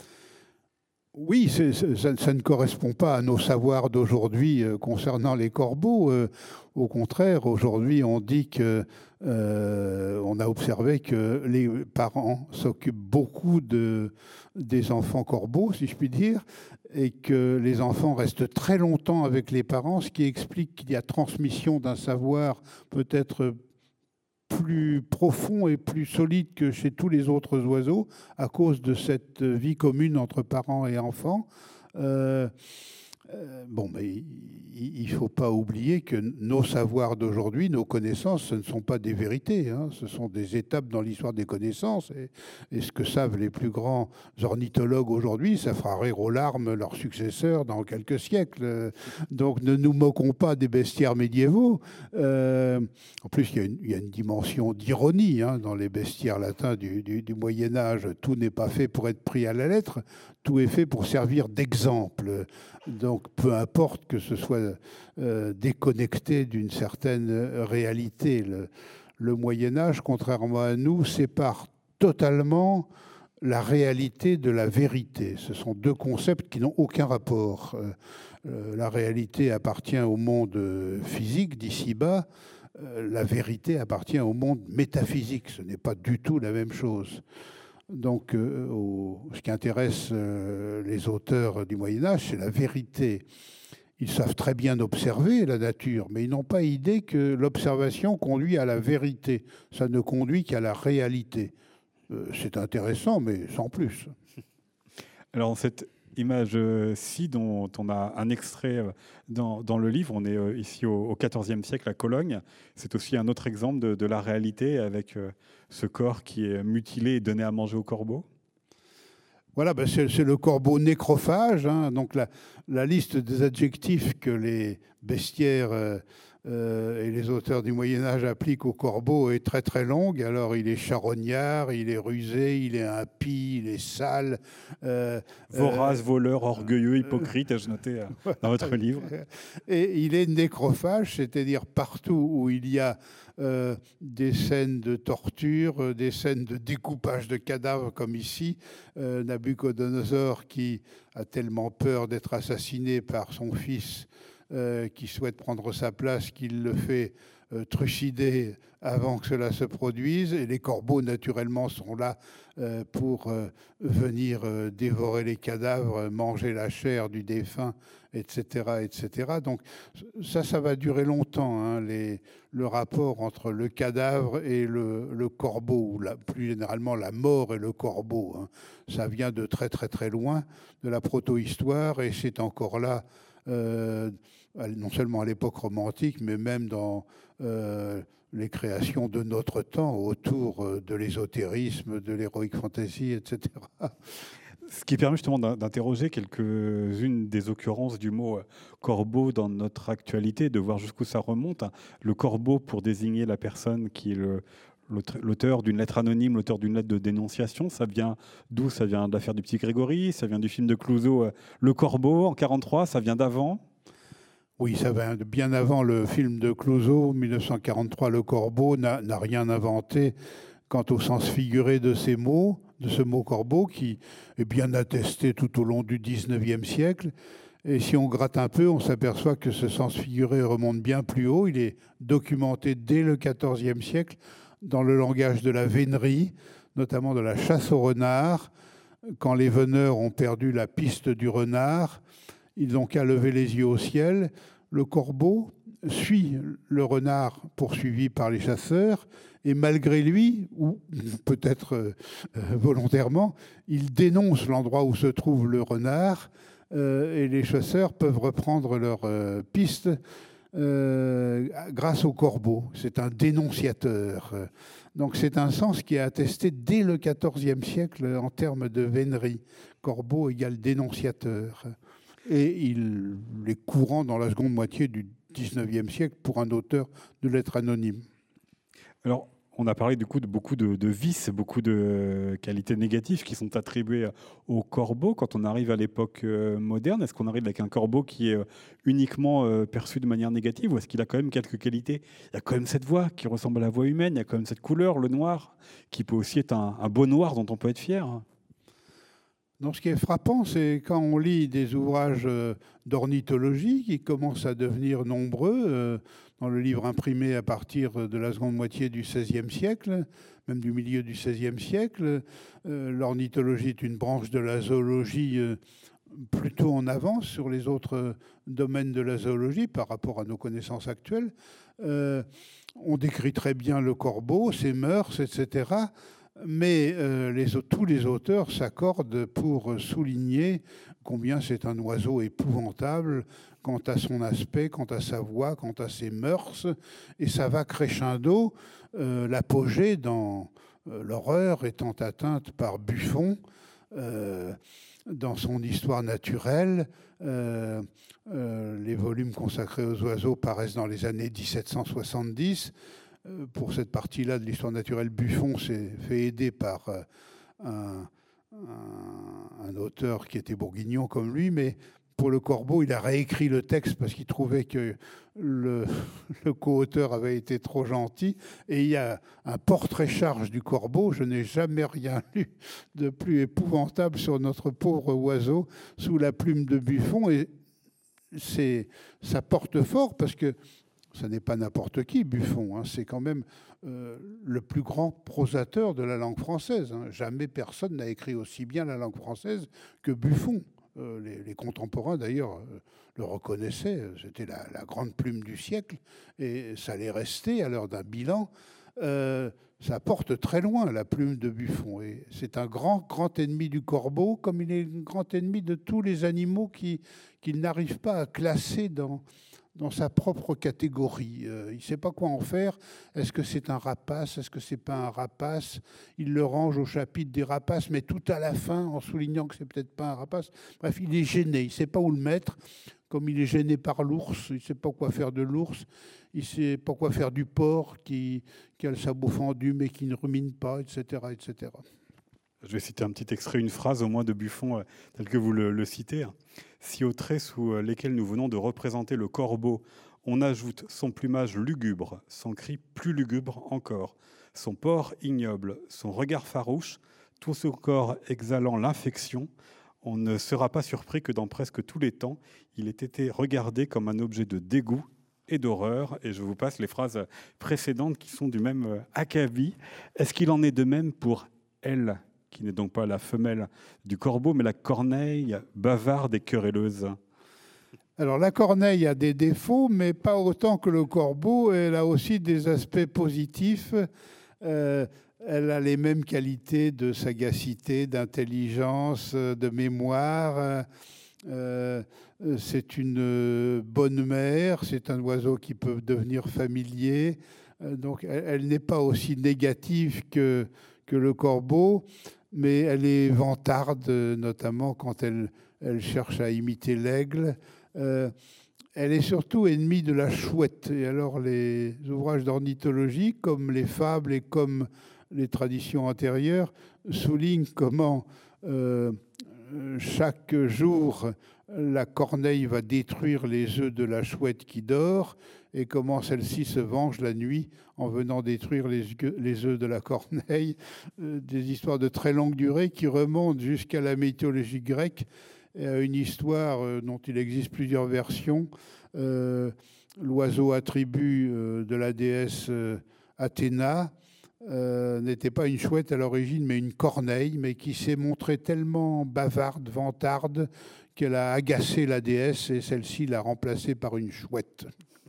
Oui, c'est, c'est, ça, ça ne correspond pas à nos savoirs d'aujourd'hui euh, concernant les corbeaux. Euh, au contraire, aujourd'hui, on dit que euh, on a observé que les parents s'occupent beaucoup de, des enfants corbeaux, si je puis dire, et que les enfants restent très longtemps avec les parents, ce qui explique qu'il y a transmission d'un savoir peut-être plus profond et plus solide que chez tous les autres oiseaux à cause de cette vie commune entre parents et enfants. Euh, euh, bon, mais il ne faut pas oublier que nos savoirs d'aujourd'hui, nos connaissances, ce ne sont pas des vérités, hein, ce sont des étapes dans l'histoire des connaissances. Et, et ce que savent les plus grands ornithologues aujourd'hui, ça fera rire aux larmes leurs successeurs dans quelques siècles. Donc ne nous moquons pas des bestiaires médiévaux. Euh, en plus, il y a une, il y a une dimension d'ironie hein, dans les bestiaires latins du, du, du Moyen-Âge. Tout n'est pas fait pour être pris à la lettre, tout est fait pour servir d'exemple. Donc peu importe que ce soit euh, déconnecté d'une certaine réalité. Le, le Moyen-Âge, contrairement à nous, sépare totalement la réalité de la vérité. Ce sont deux concepts qui n'ont aucun rapport. Euh, la réalité appartient au monde physique d'ici-bas, euh, la vérité appartient au monde métaphysique. Ce n'est pas du tout la même chose. Donc, euh, au, ce qui intéresse euh, les auteurs du Moyen-Âge, c'est la vérité. ils savent très bien observer la nature, mais ils n'ont pas idée que l'observation conduit à la vérité. Ça ne conduit qu'à la réalité. Euh, c'est intéressant, mais sans plus. Alors, cette image-ci, dont on a un extrait dans, dans le livre, on est ici au quatorzième siècle à Cologne. C'est aussi un autre exemple de, de la réalité avec ce corps qui est mutilé et donné à manger aux corbeaux. Voilà, ben c'est, c'est le corbeau nécrophage. Hein, donc la, la liste des adjectifs que les bestiaires euh, euh, et les auteurs du Moyen-Âge appliquent au corbeau est très très longue. Alors il est charognard, il est rusé, il est impie, il est sale. Euh, Vorace, euh, voleur, orgueilleux, hypocrite, je notais euh, dans votre livre. Et il est nécrophage, c'est-à-dire partout où il y a Euh, des scènes de torture, euh, des scènes de découpage de cadavres, comme ici, euh, Nabuchodonosor qui a tellement peur d'être assassiné par son fils euh, qui souhaite prendre sa place qu'il le fait euh, trucider avant que cela se produise. Et les corbeaux, naturellement, sont là euh, pour euh, venir euh, dévorer les cadavres, manger la chair du défunt, et cetera, et cetera. Donc ça, ça va durer longtemps, hein, les, le rapport entre le cadavre et le, le corbeau, ou la, plus généralement la mort et le corbeau. Hein. Ça vient de très très très loin, de la proto-histoire, et c'est encore là, euh, non seulement à l'époque romantique, mais même dans euh, les créations de notre temps, autour de l'ésotérisme, de l'héroïque fantasy, et cetera. Ce qui permet justement d'interroger quelques-unes des occurrences du mot corbeau dans notre actualité, de voir jusqu'où ça remonte. Le corbeau pour désigner la personne qui est le, l'auteur d'une lettre anonyme, l'auteur d'une lettre de dénonciation, ça vient d'où? Ça vient de l'affaire du petit Grégory, ça vient du film de Clouzot, Le Corbeau, en quarante-trois, ça vient d'avant? Oui, ça vient de bien avant le film de Clouzot, mille neuf cent quarante-trois. Le Corbeau n'a, n'a rien inventé quant au sens figuré de ces mots, de ce mot corbeau, qui est bien attesté tout au long du dix-neuvième siècle. Et si on gratte un peu, on s'aperçoit que ce sens figuré remonte bien plus haut. Il est documenté dès le quatorzième siècle dans le langage de la vénerie, notamment de la chasse au renard. Quand les veneurs ont perdu la piste du renard, ils n'ont qu'à lever les yeux au ciel. Le corbeau suit le renard poursuivi par les chasseurs, et malgré lui, ou peut-être euh, volontairement, il dénonce l'endroit où se trouve le renard, euh, et les chasseurs peuvent reprendre leur euh, piste euh, grâce au corbeau. C'est un dénonciateur. Donc c'est un sens qui est attesté dès le quatorzième siècle en termes de vénerie. Corbeau égale dénonciateur. Et il est courant dans la seconde moitié du dix-neuvième siècle pour un auteur de lettres anonymes. Alors, on a parlé du coup de beaucoup de, de vices, beaucoup de qualités négatives qui sont attribuées au corbeau. Quand on arrive à l'époque moderne, est-ce qu'on arrive avec un corbeau qui est uniquement perçu de manière négative, ou est-ce qu'il a quand même quelques qualités? Il y a quand même cette voix qui ressemble à la voix humaine, il y a quand même cette couleur, le noir, qui peut aussi être un, un beau noir dont on peut être fier. Non, ce qui est frappant, c'est quand on lit des ouvrages d'ornithologie qui commencent à devenir nombreux, dans le livre imprimé à partir de la seconde moitié du seizième siècle, même du milieu du seizième siècle. L'ornithologie est une branche de la zoologie plutôt en avance sur les autres domaines de la zoologie par rapport à nos connaissances actuelles. On décrit très bien le corbeau, ses mœurs, et cetera, mais euh, les, tous les auteurs s'accordent pour souligner combien c'est un oiseau épouvantable quant à son aspect, quant à sa voix, quant à ses mœurs. Et ça va crescendo, euh, l'apogée dans euh, l'horreur étant atteinte par Buffon euh, dans son histoire naturelle. Euh, euh, les volumes consacrés aux oiseaux paraissent dans les années dix-sept cent soixante-dix. Pour cette partie-là de l'histoire naturelle, Buffon s'est fait aider par un, un, un auteur qui était bourguignon comme lui, mais pour le corbeau, il a réécrit le texte parce qu'il trouvait que le, le co-auteur avait été trop gentil. Et il y a un portrait-charge du corbeau. Je n'ai jamais rien lu de plus épouvantable sur notre pauvre oiseau sous la plume de Buffon. Et c'est, ça porte fort parce que ce n'est pas n'importe qui, Buffon. Hein. C'est quand même euh, le plus grand prosateur de la langue française. Hein. Jamais personne n'a écrit aussi bien la langue française que Buffon. Euh, les, les contemporains, d'ailleurs, euh, le reconnaissaient. C'était la, la grande plume du siècle. Et ça allait rester à l'heure d'un bilan. Euh, ça porte très loin, la plume de Buffon. Et c'est un grand, grand ennemi du corbeau, comme il est un grand ennemi de tous les animaux qu'il qui n'arrive pas à classer dans, dans sa propre catégorie. Euh, il ne sait pas quoi en faire. Est-ce que c'est un rapace? Est-ce que c'est pas un rapace? Il le range au chapitre des rapaces, mais tout à la fin, en soulignant que c'est peut-être pas un rapace. Bref, il est gêné. Il ne sait pas où le mettre. Comme il est gêné par l'ours, il ne sait pas quoi faire de l'ours. Il ne sait pas quoi faire du porc qui, qui a le sabot fendu mais qui ne rumine pas, et cetera, et cetera. Je vais citer un petit extrait, une phrase au moins de Buffon, euh, telle que vous le, le citez. Si aux traits sous lesquels nous venons de représenter le corbeau, on ajoute son plumage lugubre, son cri plus lugubre encore, son port ignoble, son regard farouche, tout ce corps exhalant l'infection, on ne sera pas surpris que dans presque tous les temps, il ait été regardé comme un objet de dégoût et d'horreur. Et je vous passe les phrases précédentes qui sont du même acabit. Est-ce qu'il en est de même pour elle, qui n'est donc pas la femelle du corbeau, mais la corneille bavarde et querelleuse? Alors la corneille a des défauts, mais pas autant que le corbeau. Elle a aussi des aspects positifs. Euh, elle a les mêmes qualités de sagacité, d'intelligence, de mémoire. Euh, c'est une bonne mère, c'est un oiseau qui peut devenir familier. Euh, donc elle, elle n'est pas aussi négative que, que le corbeau, mais elle est vantarde, notamment quand elle, elle cherche à imiter l'aigle. Euh, elle est surtout ennemie de la chouette. Et alors les ouvrages d'ornithologie, comme les fables et comme les traditions antérieures, soulignent comment euh, chaque jour la corneille va détruire les œufs de la chouette qui dort et comment celle-ci se venge la nuit en venant détruire les, les œufs de la corneille. Euh, des histoires de très longue durée qui remontent jusqu'à la mythologie grecque, et à une histoire euh, dont il existe plusieurs versions. Euh, l'oiseau attribut euh, de la déesse euh, Athéna euh, n'était pas une chouette à l'origine, mais une corneille, mais qui s'est montrée tellement bavarde, vantarde, qu'elle a agacé la déesse et celle-ci l'a remplacée par une chouette.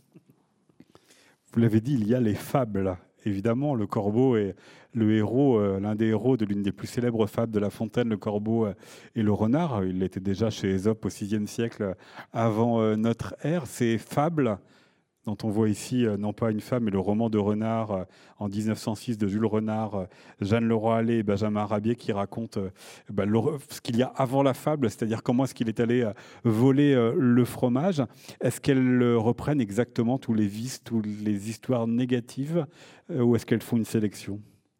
Vous l'avez dit, il y a les fables. Évidemment, le corbeau est le héros, euh, l'un des héros de l'une des plus célèbres fables de La Fontaine, le corbeau euh, et le renard. Il était déjà chez Ésope au sixième siècle avant euh, notre ère. Ces fables, dont on voit ici euh, non pas une femme, mais le roman de Renard euh, en mille neuf cent six de Jules Renard, euh, Jeanne Leroy-Allais et Benjamin Rabier, qui racontent euh, bah, le, ce qu'il y a avant la fable, c'est-à-dire comment est-ce qu'il est allé euh, voler euh, le fromage. Est-ce qu'elles euh, reprennent exactement tous les vices, toutes les histoires négatives, euh, ou est-ce qu'elles font une sélection?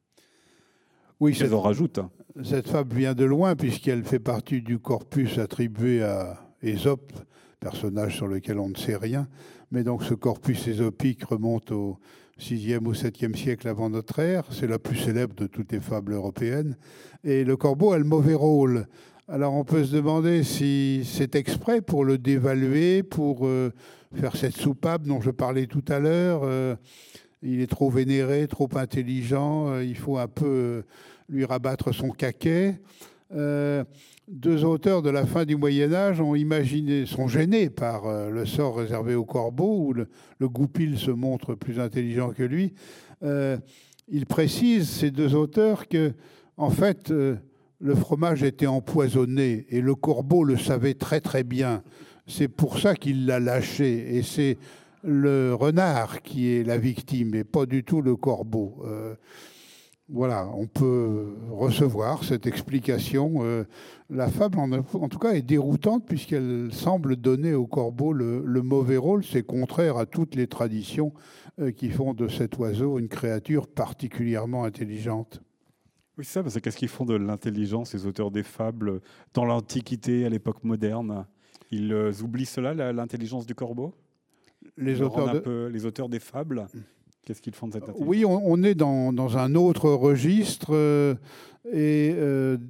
Oui, elles en rajoutent. Cette fable vient de loin, puisqu'elle fait partie du corpus attribué à Ésope, personnage sur lequel on ne sait rien. Mais donc ce corpus ésopique remonte au sixième ou septième siècle avant notre ère. C'est la plus célèbre de toutes les fables européennes. Et le corbeau a le mauvais rôle. Alors on peut se demander si c'est exprès pour le dévaluer, pour euh, faire cette soupape dont je parlais tout à l'heure. Euh, il est trop vénéré, trop intelligent. Euh, il faut un peu euh, lui rabattre son caquet. Euh, deux auteurs de la fin du Moyen-Âge ont imaginé, sont gênés par euh, le sort réservé au corbeau, où le, le goupil se montre plus intelligent que lui. Euh, ils précisent, ces deux auteurs, que, en fait, euh, le fromage était empoisonné et le corbeau le savait très très bien. C'est pour ça qu'il l'a lâché. Et c'est le renard qui est la victime et pas du tout le corbeau. Euh, Voilà, on peut recevoir cette explication. Euh, la fable, en, en tout cas, est déroutante puisqu'elle semble donner au corbeau le, le mauvais rôle. C'est contraire à toutes les traditions euh, qui font de cet oiseau une créature particulièrement intelligente. Oui, c'est ça, parce que qu'est-ce qu'ils font de l'intelligence, les auteurs des fables, dans l'Antiquité, à l'époque moderne? Ils euh, oublient cela, l'intelligence du corbeau? Les auteurs, de... peu, les auteurs des fables, qu'est-ce qu'ils font de cette intelligence? Oui, on, on est dans, dans un autre registre euh, et euh,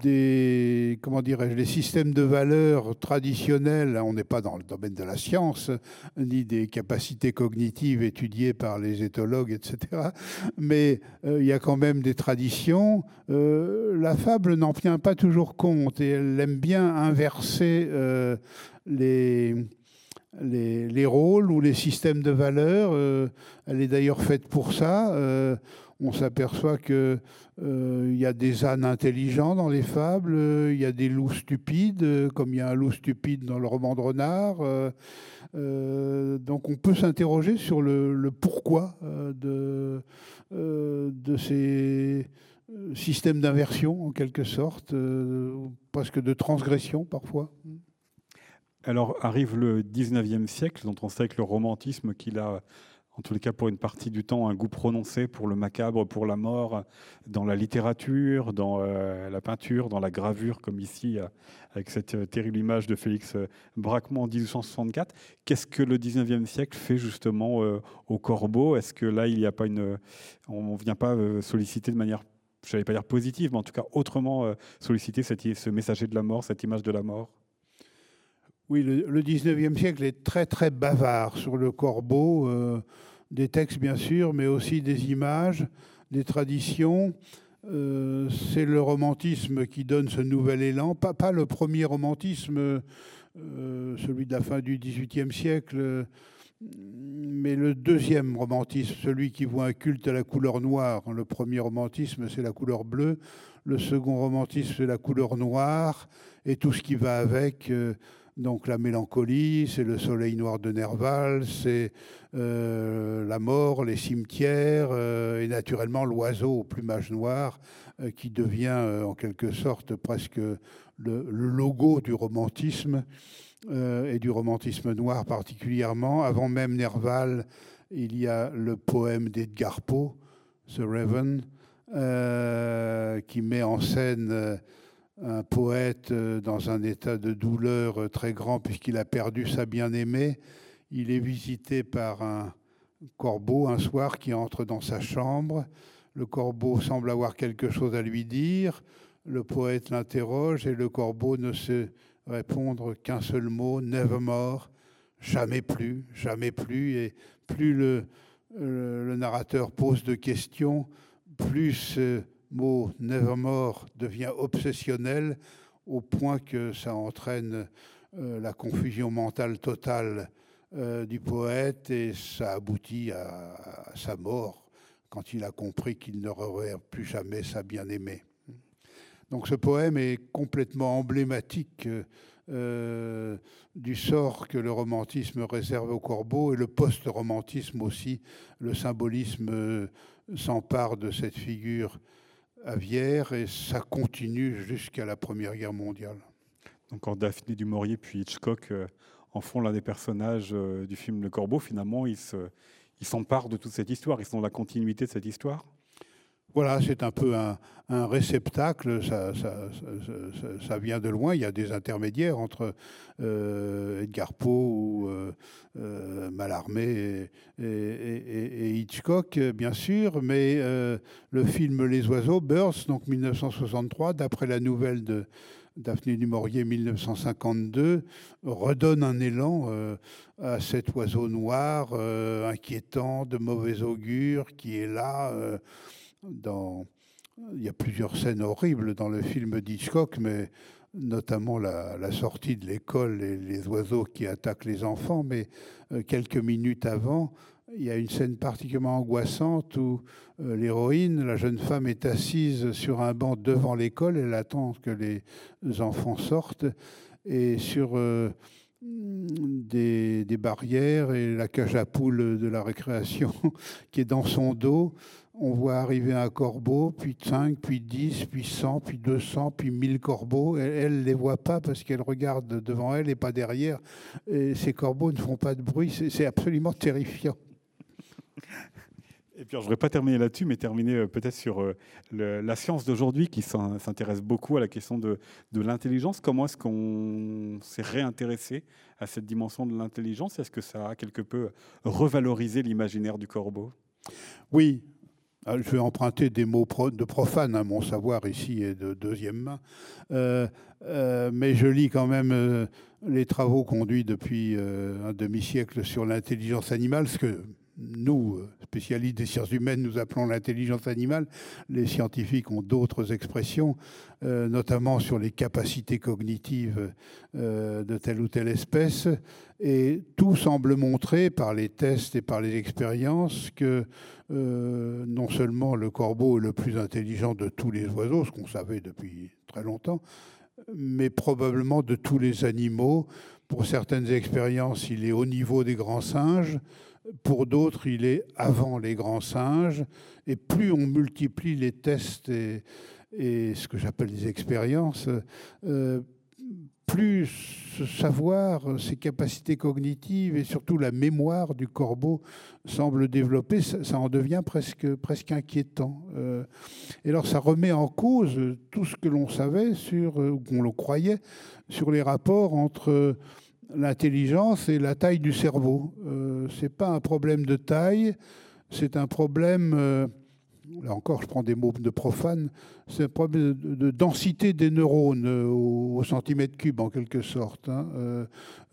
des, comment dirais-je, les systèmes de valeurs traditionnels. On n'est pas dans le domaine de la science, ni des capacités cognitives étudiées par les éthologues, et cetera. Mais euh, il y a quand même des traditions. Euh, la fable n'en tient pas toujours compte et elle aime bien inverser euh, les... Les, les rôles ou les systèmes de valeurs. Euh, elle est d'ailleurs faite pour ça. Euh, on s'aperçoit qu'il euh, y a des ânes intelligents dans les fables, il euh, y a des loups stupides, euh, comme il y a un loup stupide dans le roman de Renard. Euh, euh, donc on peut s'interroger sur le, le pourquoi euh, de, euh, de ces systèmes d'inversion, en quelque sorte, euh, presque de transgression parfois. Alors arrive le dix-neuvième siècle, dont on sait que le romantisme, qu'il a, en tous les cas pour une partie du temps, un goût prononcé pour le macabre, pour la mort, dans la littérature, dans euh, la peinture, dans la gravure, comme ici, euh, avec cette euh, terrible image de Félix euh, Braquemont en dix-huit cent soixante-quatre. Qu'est-ce que le dix-neuvième siècle fait justement euh, au Corbeau? Est-ce que là, il n'y a pas une, on ne vient pas euh, solliciter de manière, je n'allais pas dire positive, mais en tout cas autrement euh, solliciter cette, ce messager de la mort, cette image de la mort? Oui, le, le dix-neuvième siècle est très très bavard sur le Corbeau, euh, des textes bien sûr, mais aussi des images, des traditions. Euh, c'est le romantisme qui donne ce nouvel élan, pas, pas le premier romantisme, euh, celui de la fin du dix-huitième siècle, mais le deuxième romantisme, celui qui voit un culte à la couleur noire. Le premier romantisme, c'est la couleur bleue. Le second romantisme, c'est la couleur noire et tout ce qui va avec. Euh, Donc la mélancolie, c'est le soleil noir de Nerval, c'est euh, la mort, les cimetières, euh, et naturellement l'oiseau au plumage noir, euh, qui devient euh, en quelque sorte presque le, le logo du romantisme, euh, et du romantisme noir particulièrement. Avant même Nerval, il y a le poème d'Edgar Poe, The Raven, euh, qui met en scène... Euh, un poète dans un état de douleur très grand puisqu'il a perdu sa bien-aimée. Il est visité par un corbeau un soir qui entre dans sa chambre. Le corbeau semble avoir quelque chose à lui dire. Le poète l'interroge et le corbeau ne sait répondre qu'un seul mot, nevermore, jamais plus, jamais plus. Et plus le, le, le narrateur pose de questions, plus le mot nevermore devient obsessionnel au point que ça entraîne euh, la confusion mentale totale euh, du poète et ça aboutit à, à sa mort quand il a compris qu'il ne reverrait plus jamais sa bien-aimée. Donc ce poème est complètement emblématique euh, du sort que le romantisme réserve au corbeau et le post-romantisme aussi. Le symbolisme euh, s'empare de cette figure aviaire et ça continue jusqu'à la Première Guerre mondiale. Donc quand Daphné du Maurier puis Hitchcock euh, en font l'un des personnages euh, du film Le Corbeau, finalement, ils se, ils s'emparent de toute cette histoire, ils sont la continuité de cette histoire. Voilà, c'est un peu un, un réceptacle, ça, ça, ça, ça vient de loin, il y a des intermédiaires entre euh, Edgar Poe ou euh, euh, Mallarmé et, et, et, et Hitchcock, bien sûr, mais euh, le film Les Oiseaux, Birds, donc mille neuf cent soixante-trois, d'après la nouvelle de Daphné du Maurier, mille neuf cent cinquante-deux, redonne un élan euh, à cet oiseau noir, euh, inquiétant, de mauvais augure, qui est là... Euh, Dans, il y a plusieurs scènes horribles dans le film d'Hitchcock, mais notamment la, la sortie de l'école et les oiseaux qui attaquent les enfants. Mais euh, quelques minutes avant, il y a une scène particulièrement angoissante où euh, l'héroïne, la jeune femme, est assise sur un banc devant l'école. Elle attend que les enfants sortent. Et sur... Euh, Des, des barrières et la cage à poules de la récréation qui est dans son dos. On voit arriver un corbeau, puis cinq, puis dix, puis cent, puis deux cents, puis mille corbeaux. Elle ne les voit pas parce qu'elle regarde devant elle et pas derrière. Et ces corbeaux ne font pas de bruit. C'est, c'est absolument terrifiant. Et puis, alors, je ne voudrais pas terminer là-dessus, mais terminer euh, peut-être sur euh, le, la science d'aujourd'hui qui s'intéresse beaucoup à la question de, de l'intelligence. Comment est-ce qu'on s'est réintéressé à cette dimension de l'intelligence? Est-ce que ça a quelque peu revalorisé l'imaginaire du corbeau? Oui. je vais emprunter des mots de profane, hein, mon savoir ici est de deuxième main, euh, euh, mais je lis quand même euh, les travaux conduits depuis euh, un demi-siècle sur l'intelligence animale, ce que nous, spécialistes des sciences humaines, nous appelons l'intelligence animale. Les scientifiques ont d'autres expressions, euh, notamment sur les capacités cognitives euh, de telle ou telle espèce. Et tout semble montrer, par les tests et par les expériences, que euh, non seulement le corbeau est le plus intelligent de tous les oiseaux, ce qu'on savait depuis très longtemps, mais probablement de tous les animaux. Pour certaines expériences, il est au niveau des grands singes. Pour d'autres, il est avant les grands singes. Et plus on multiplie les tests et, et ce que j'appelle les expériences, euh, plus ce savoir, ses capacités cognitives et surtout la mémoire du corbeau semble développer. Ça, ça en devient presque, presque inquiétant. Euh, et alors, ça remet en cause tout ce que l'on savait, sur, ou qu'on le croyait, sur les rapports entre l'intelligence et la taille du cerveau. Euh, ce n'est pas un problème de taille, c'est un problème, euh, là encore je prends des mots de profane, c'est un problème de, de densité des neurones au, au centimètre cube en quelque sorte. Hein. Euh,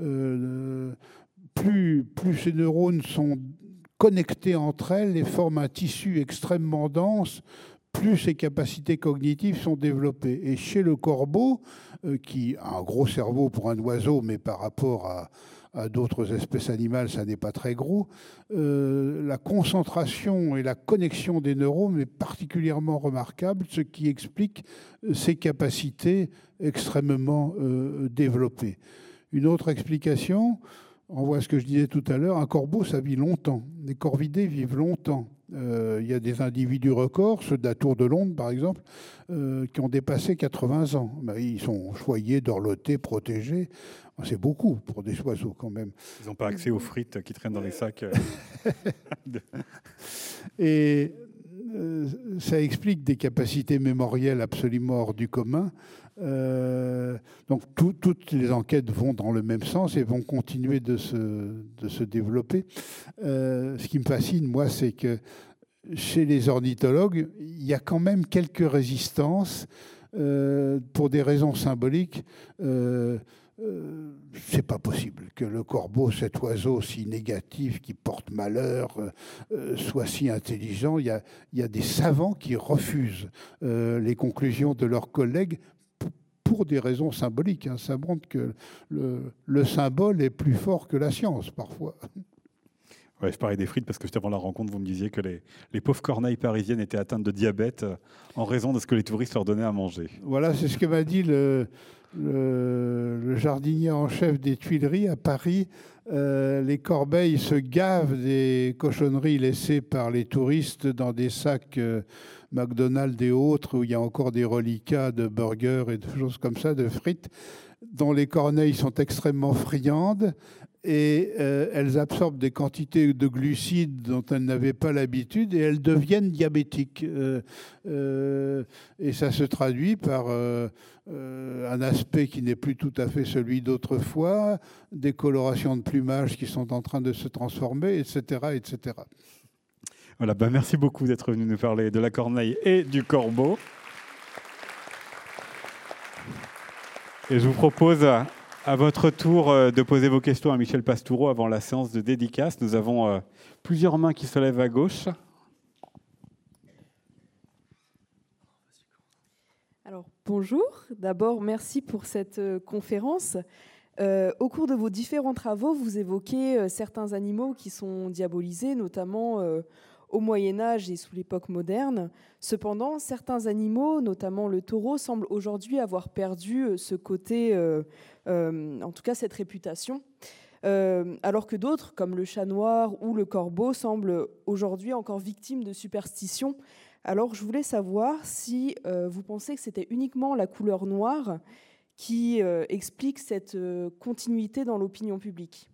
euh, plus, plus ces neurones sont connectés entre elles et forment un tissu extrêmement dense, plus ses capacités cognitives sont développées. Et chez le corbeau, euh, qui a un gros cerveau pour un oiseau, mais par rapport à, à d'autres espèces animales, ça n'est pas très gros, euh, la concentration et la connexion des neurones est particulièrement remarquable, ce qui explique ses capacités extrêmement euh, développées. Une autre explication, on voit ce que je disais tout à l'heure, un corbeau, ça vit longtemps. Les corvidés vivent longtemps. Euh, il y a des individus records, ceux de la Tour de Londres par exemple, euh, qui ont dépassé quatre-vingts ans. Ben, ils sont choyés, dorlotés, protégés. C'est beaucoup pour des oiseaux quand même. Ils n'ont pas accès aux frites qui traînent dans les sacs. Et euh, ça explique des capacités mémorielles absolument hors du commun. Euh, donc tout, toutes les enquêtes vont dans le même sens et vont continuer de se, de se développer. Euh, ce qui me fascine, moi, c'est que chez les ornithologues, il y a quand même quelques résistances euh, pour des raisons symboliques. Euh, euh, c'est pas possible que le corbeau, cet oiseau si négatif, qui porte malheur, euh, soit si intelligent. Il y a, il y a des savants qui refusent euh, les conclusions de leurs collègues pour des raisons symboliques. Hein. Ça montre que le, le symbole est plus fort que la science, parfois. Ouais, je parlais des frites parce que juste avant la rencontre, vous me disiez que les, les pauvres corneilles parisiennes étaient atteintes de diabète en raison de ce que les touristes leur donnaient à manger. Voilà, c'est ce que m'a dit le, le, le jardinier en chef des Tuileries à Paris. Euh, les corbeilles se gavent des cochonneries laissées par les touristes dans des sacs euh, McDonald's et autres, où il y a encore des reliquats de burgers et de choses comme ça, de frites, dont les corneilles sont extrêmement friandes et euh, elles absorbent des quantités de glucides dont elles n'avaient pas l'habitude et elles deviennent diabétiques. Euh, euh, et ça se traduit par euh, euh, un aspect qui n'est plus tout à fait celui d'autrefois, des colorations de plumage qui sont en train de se transformer, et cetera, et cetera. Voilà, ben merci beaucoup d'être venu nous parler de la corneille et du corbeau. Et je vous propose à, à votre tour de poser vos questions à Michel Pastoureau avant la séance de dédicace. Nous avons euh, plusieurs mains qui se lèvent à gauche. Alors, bonjour. D'abord, merci pour cette euh, conférence. Euh, au cours de vos différents travaux, vous évoquez euh, certains animaux qui sont diabolisés, notamment euh, au Moyen-Âge et sous l'époque moderne. Cependant, certains animaux, notamment le taureau, semblent aujourd'hui avoir perdu euh, ce côté, euh, euh, en tout cas cette réputation, euh, alors que d'autres, comme le chat noir ou le corbeau, semblent aujourd'hui encore victimes de superstitions. Alors, je voulais savoir si euh, vous pensez que c'était uniquement la couleur noire qui euh, explique cette euh, continuité dans l'opinion publique.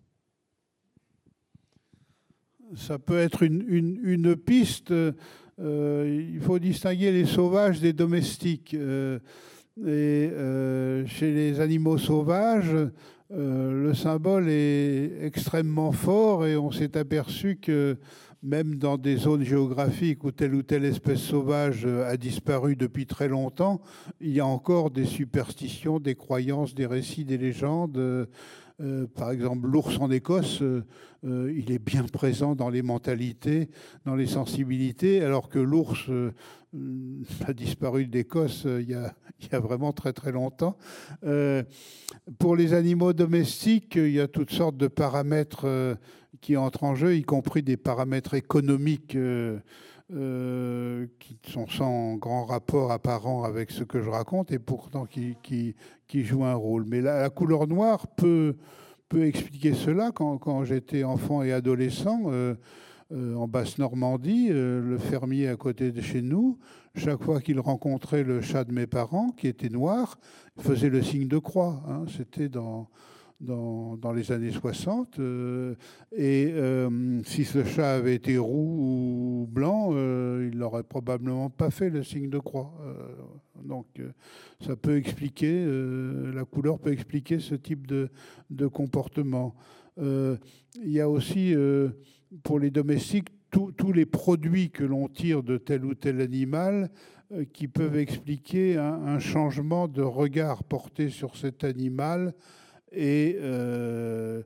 Ça peut être une, une, une piste. Euh, il faut distinguer les sauvages des domestiques. Euh, et euh, chez les animaux sauvages, euh, le symbole est extrêmement fort et on s'est aperçu que même dans des zones géographiques où telle ou telle espèce sauvage a disparu depuis très longtemps, il y a encore des superstitions, des croyances, des récits, des légendes. Euh, par exemple, l'ours en Écosse, euh, euh, il est bien présent dans les mentalités, dans les sensibilités, alors que l'ours euh, a disparu d'Écosse euh, il, y a, il y a vraiment très très longtemps. Euh, pour les animaux domestiques, il y a toutes sortes de paramètres euh, qui entrent en jeu, y compris des paramètres économiques euh, euh, qui sont sans grand rapport apparent avec ce que je raconte et pourtant qui, qui, qui jouent un rôle. Mais la, la couleur noire peut, peut expliquer cela. Quand, quand j'étais enfant et adolescent, euh, euh, en Basse-Normandie, euh, le fermier à côté de chez nous, chaque fois qu'il rencontrait le chat de mes parents, qui était noir, il faisait le signe de croix. Hein. C'était dans... Dans, dans les années soixante. Euh, et euh, si ce chat avait été roux ou blanc, euh, il n'aurait probablement pas fait le signe de croix. Euh, donc euh, ça peut expliquer, euh, la couleur peut expliquer ce type de, de comportement. Euh, il y a aussi, euh, pour les domestiques, tous les produits que l'on tire de tel ou tel animal euh, qui peuvent expliquer un, un changement de regard porté sur cet animal et euh,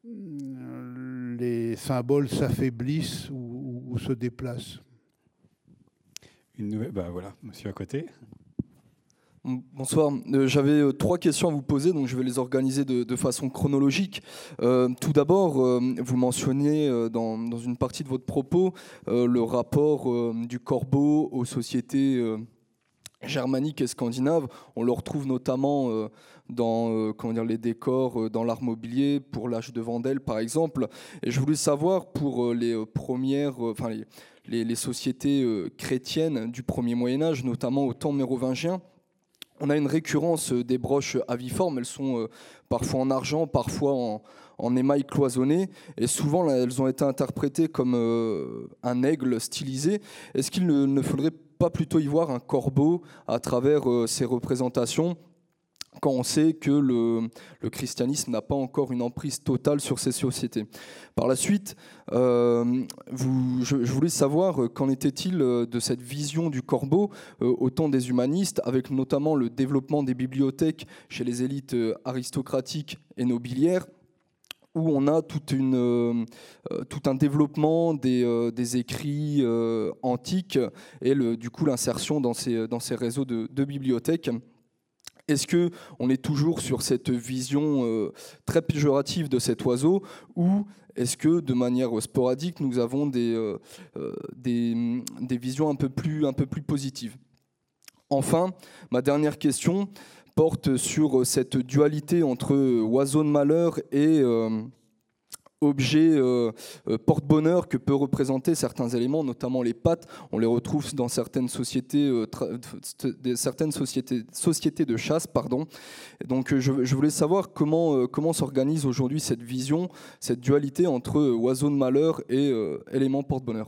les symboles s'affaiblissent ou, ou, ou se déplacent. Une nouvelle, bah voilà, monsieur à côté. Bonsoir, euh, j'avais euh, trois questions à vous poser, donc je vais les organiser de, de façon chronologique. Euh, tout d'abord, euh, vous mentionnez euh, dans, dans une partie de votre propos euh, le rapport euh, du corbeau aux sociétés euh, germaniques et scandinaves. On le retrouve notamment euh, dans euh, comment dire, les décors, euh, dans l'art mobilier, pour l'âge de Vandel par exemple. Et je voulais savoir pour euh, les premières, euh, enfin les, les, les sociétés euh, chrétiennes du premier Moyen-Âge, notamment au temps mérovingien, on a une récurrence des broches aviformes. Elles sont euh, parfois en argent, parfois en, en émail cloisonné. Et souvent, là, elles ont été interprétées comme euh, un aigle stylisé. Est-ce qu'il ne, ne faudrait pas plutôt y voir un corbeau à travers euh, ces représentations, quand on sait que le, le christianisme n'a pas encore une emprise totale sur ces sociétés? Par la suite, euh, vous, je, je voulais savoir, qu'en était-il de cette vision du corbeau euh, au temps des humanistes, avec notamment le développement des bibliothèques chez les élites aristocratiques et nobiliaires, où on a toute une, euh, tout un développement des, euh, des écrits euh, antiques et le, du coup l'insertion dans ces, dans ces réseaux de, de bibliothèques. Est-ce qu'on est toujours sur cette vision euh, très péjorative de cet oiseau, ou est-ce que de manière sporadique nous avons des, euh, des, des visions un peu plus, un peu plus positives? Enfin, ma dernière question porte sur cette dualité entre oiseau de malheur et euh, objet euh, porte-bonheur que peut représenter certains éléments, notamment les pattes. On les retrouve dans certaines sociétés, euh, certaines sociétés, sociétés de chasse. Pardon. Donc je, je voulais savoir comment, euh, comment s'organise aujourd'hui cette vision, cette dualité entre oiseau de malheur et euh, élément porte-bonheur.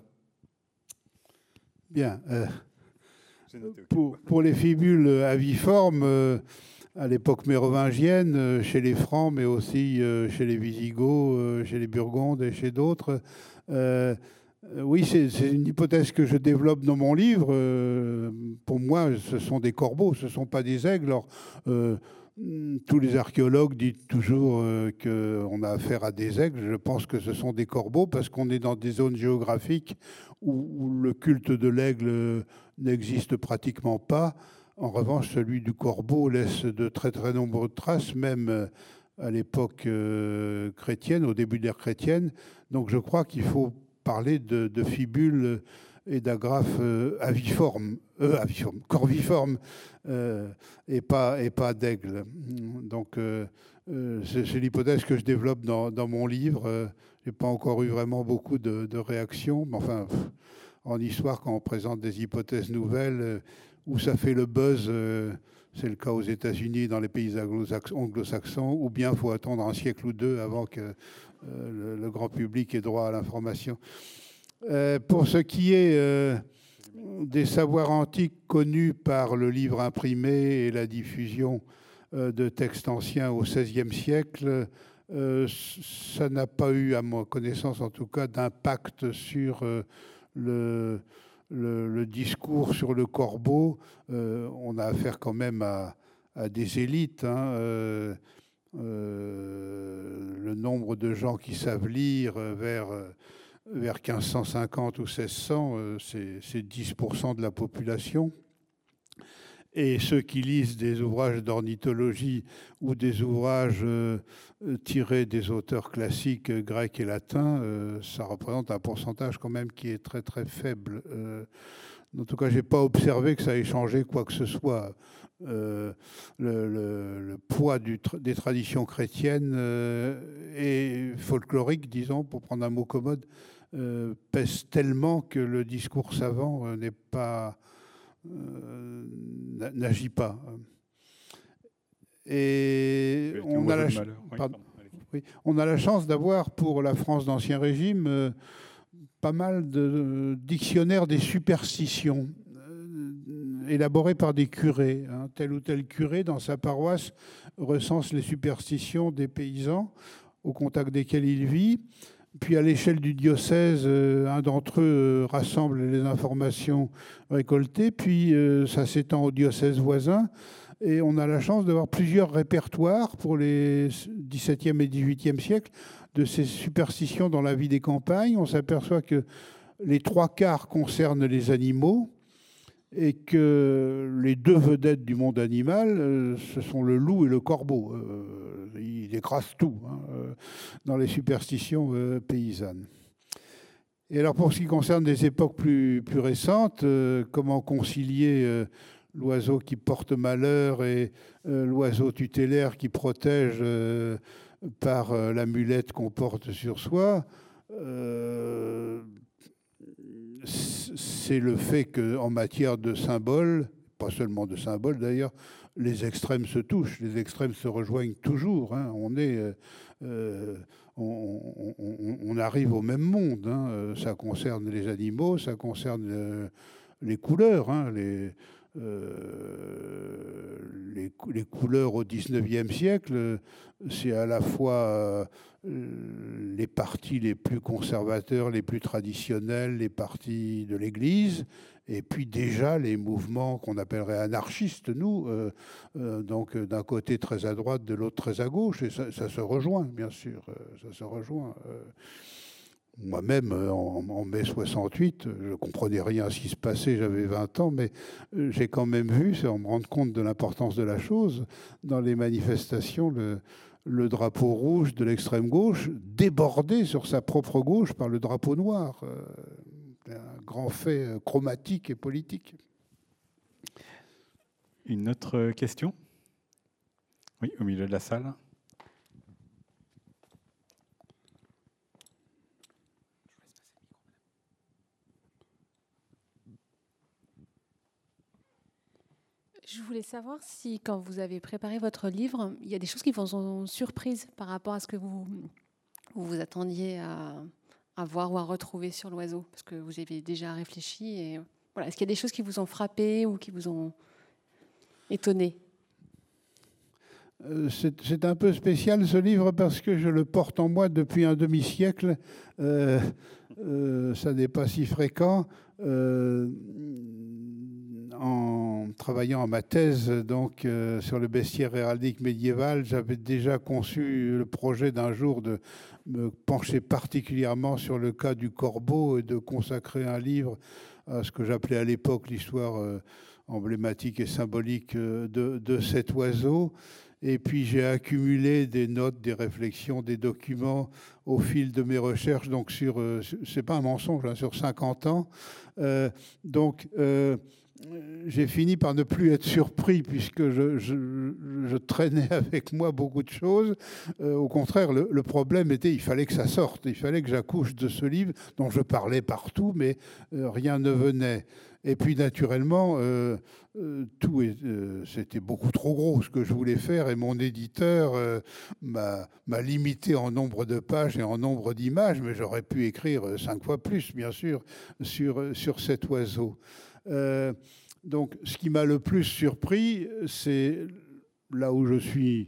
Bien. Euh, pour, pour les fibules aviformes, euh, à l'époque mérovingienne, chez les Francs, mais aussi chez les Visigoths, chez les Burgondes et chez d'autres. Euh, oui, c'est, c'est une hypothèse que je développe dans mon livre. Euh, pour moi, ce sont des corbeaux, ce ne sont pas des aigles. Alors, euh, tous les archéologues disent toujours euh, qu'on a affaire à des aigles. Je pense que ce sont des corbeaux parce qu'on est dans des zones géographiques où, où le culte de l'aigle n'existe pratiquement pas. En revanche, celui du corbeau laisse de très très nombreuses traces, même à l'époque euh, chrétienne, au début de l'ère chrétienne. Donc je crois qu'il faut parler de, de fibules et d'agrafes euh, aviformes, euh, aviformes, corviformes, euh, et pas, et pas d'aigles. Donc euh, euh, c'est, c'est l'hypothèse que je développe dans, dans mon livre. Euh, je n'ai pas encore eu vraiment beaucoup de, de réactions, mais enfin, pff, en histoire, quand on présente des hypothèses nouvelles, euh, où ça fait le buzz, euh, c'est le cas aux États-Unis, dans les pays anglo-saxons, ou bien il faut attendre un siècle ou deux avant que euh, le, le grand public ait droit à l'information. Euh, pour ce qui est euh, des savoirs antiques connus par le livre imprimé et la diffusion euh, de textes anciens au seizième siècle, Euh, ça n'a pas eu, à ma connaissance en tout cas, d'impact sur euh, le, le, le discours sur le corbeau. Euh, on a affaire quand même à, à des élites. Hein, euh, euh, le nombre de gens qui savent lire vers, vers quinze cent cinquante ou seize cents, euh, c'est dix pour cent de la population. Et ceux qui lisent des ouvrages d'ornithologie ou des ouvrages euh, tirés des auteurs classiques euh, grecs et latins, euh, ça représente un pourcentage quand même qui est très très faible. Euh, en tout cas, je n'ai pas observé que ça ait changé quoi que ce soit. Euh, le, le, le poids du, des traditions chrétiennes euh, et folkloriques, disons, pour prendre un mot commode, euh, pèse tellement que le discours savant euh, n'est pas... Euh, n'agit pas. Et on a, la ch... oui, oui. on a la chance d'avoir pour la France d'Ancien Régime euh, pas mal de dictionnaires des superstitions euh, élaborés par des curés. Hein. Tel ou tel curé dans sa paroisse recense les superstitions des paysans au contact desquels il vit. Puis à l'échelle du diocèse, euh, un d'entre eux euh, rassemble les informations récoltées, puis euh, ça s'étend au diocèse voisin. Et on a la chance d'avoir plusieurs répertoires pour les dix-septième et dix-huitième siècles de ces superstitions dans la vie des campagnes. On s'aperçoit que les trois quarts concernent les animaux et que les deux vedettes du monde animal, euh, ce sont le loup et le corbeau. Euh, il écrase tout hein, euh, dans les superstitions euh, paysannes. Et alors pour ce qui concerne des époques plus, plus récentes, euh, comment concilier euh, l'oiseau qui porte malheur et euh, l'oiseau tutélaire qui protège euh, par euh, l'amulette qu'on porte sur soi, euh, c'est le fait qu'en matière de symboles, pas seulement de symboles d'ailleurs, les extrêmes se touchent, les extrêmes se rejoignent toujours. Hein. On, est, euh, on, on, on arrive au même monde. Hein. Ça concerne les animaux, ça concerne euh, les couleurs. Hein. Les, euh, les, les couleurs au dix-neuvième siècle, c'est à la fois euh, les partis les plus conservateurs, les plus traditionnels, les partis de l'Église, et puis déjà les mouvements qu'on appellerait anarchistes, nous, euh, euh, donc d'un côté très à droite, de l'autre très à gauche, et ça, ça se rejoint, bien sûr, euh, ça se rejoint. Euh, Moi-même, en, en mai soixante-huit, je ne comprenais rien à ce qui se passait, j'avais vingt ans, mais j'ai quand même vu, c'est en me rendre compte de l'importance de la chose, dans les manifestations, le, le drapeau rouge de l'extrême gauche débordé sur sa propre gauche par le drapeau noir. Un grand fait chromatique et politique. Une autre question ? Oui, au milieu de la salle. Je voulais savoir si, quand vous avez préparé votre livre, il y a des choses qui vous ont surprise par rapport à ce que vous vous, vous attendiez à, à voir ou à retrouver sur l'oiseau, parce que vous avez déjà réfléchi. Et voilà, est-ce qu'il y a des choses qui vous ont frappé ou qui vous ont étonné ? C'est un peu spécial ce livre parce que je le porte en moi depuis un demi-siècle. Euh, euh, ça n'est pas si fréquent. Euh, en travaillant à ma thèse donc, euh, sur le bestiaire héraldique médiéval, j'avais déjà conçu le projet d'un jour de me pencher particulièrement sur le cas du corbeau et de consacrer un livre à ce que j'appelais à l'époque l'histoire euh, emblématique et symbolique de, de cet oiseau. Et puis j'ai accumulé des notes, des réflexions, des documents au fil de mes recherches, donc sur, euh, c'est pas un mensonge, hein, sur cinquante ans. Euh, donc euh, j'ai fini par ne plus être surpris puisque je, je, je traînais avec moi beaucoup de choses. Euh, au contraire, le, le problème était il fallait que ça sorte, il fallait que j'accouche de ce livre dont je parlais partout, mais euh, rien ne venait. Et puis naturellement, euh, euh, tout est, euh, c'était beaucoup trop gros ce que je voulais faire et mon éditeur euh, m'a, m'a limité en nombre de pages et en nombre d'images, mais j'aurais pu écrire cinq fois plus, bien sûr, sur, sur cet oiseau. Euh, donc, ce qui m'a le plus surpris, c'est là où je suis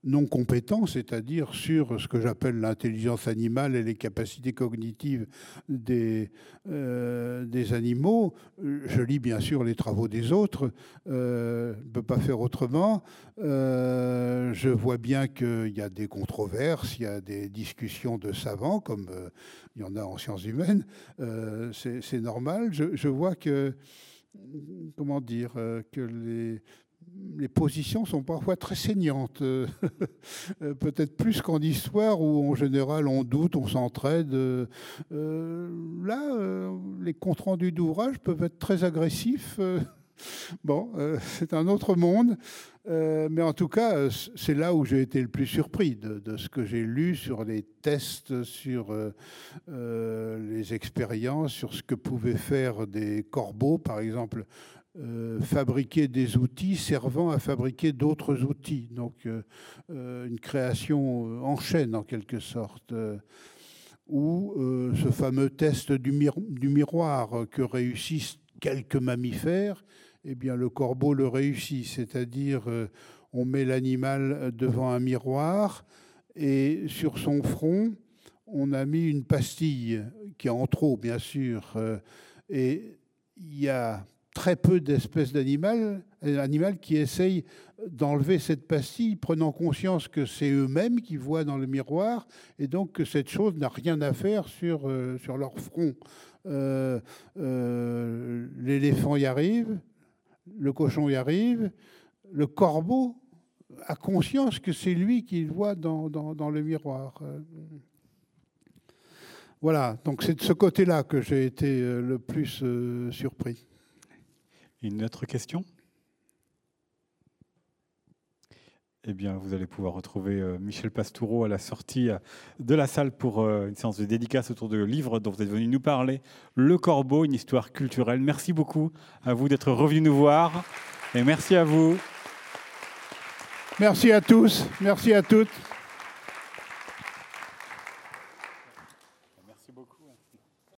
non compétent, c'est-à-dire sur ce que j'appelle l'intelligence animale et les capacités cognitives des, euh, des animaux. Je lis bien sûr les travaux des autres, euh, je ne peux pas faire autrement. Euh, je vois bien qu'il y a des controverses, il y a des discussions de savants, comme euh, il y en a en sciences humaines. Euh, c'est, c'est normal. Je, je vois que, comment dire, euh, que les... les positions sont parfois très saignantes, euh, peut-être plus qu'en histoire où en général on doute, on s'entraide. Euh, là, euh, les comptes rendus d'ouvrage peuvent être très agressifs. Euh, bon, euh, c'est un autre monde, euh, mais en tout cas, c'est là où j'ai été le plus surpris de, de ce que j'ai lu sur les tests, sur euh, euh, les expériences, sur ce que pouvaient faire des corbeaux, par exemple. Euh, fabriquer des outils servant à fabriquer d'autres outils. Donc euh, euh, une création en chaîne en quelque sorte. Euh, ou euh, ce fameux test du, mir- du miroir que réussissent quelques mammifères, eh bien le corbeau le réussit. C'est-à-dire euh, on met l'animal devant un miroir et sur son front, on a mis une pastille qui est en trop, bien sûr. Euh, et il y a très peu d'espèces d'animaux animal qui essayent d'enlever cette pastille, prenant conscience que c'est eux-mêmes qui voient dans le miroir, et donc que cette chose n'a rien à faire sur, euh, sur leur front. Euh, euh, l'éléphant y arrive, le cochon y arrive, le corbeau a conscience que c'est lui qui le voit dans, dans, dans le miroir. Voilà, donc c'est de ce côté-là que j'ai été le plus euh, surpris. Une autre question ? Eh bien, vous allez pouvoir retrouver euh, Michel Pastoureau à la sortie euh, de la salle pour euh, une séance de dédicace autour du livre dont vous êtes venu nous parler, Le Corbeau, une histoire culturelle. Merci beaucoup à vous d'être revenu nous voir et merci à vous. Merci à tous, merci à toutes. Merci beaucoup.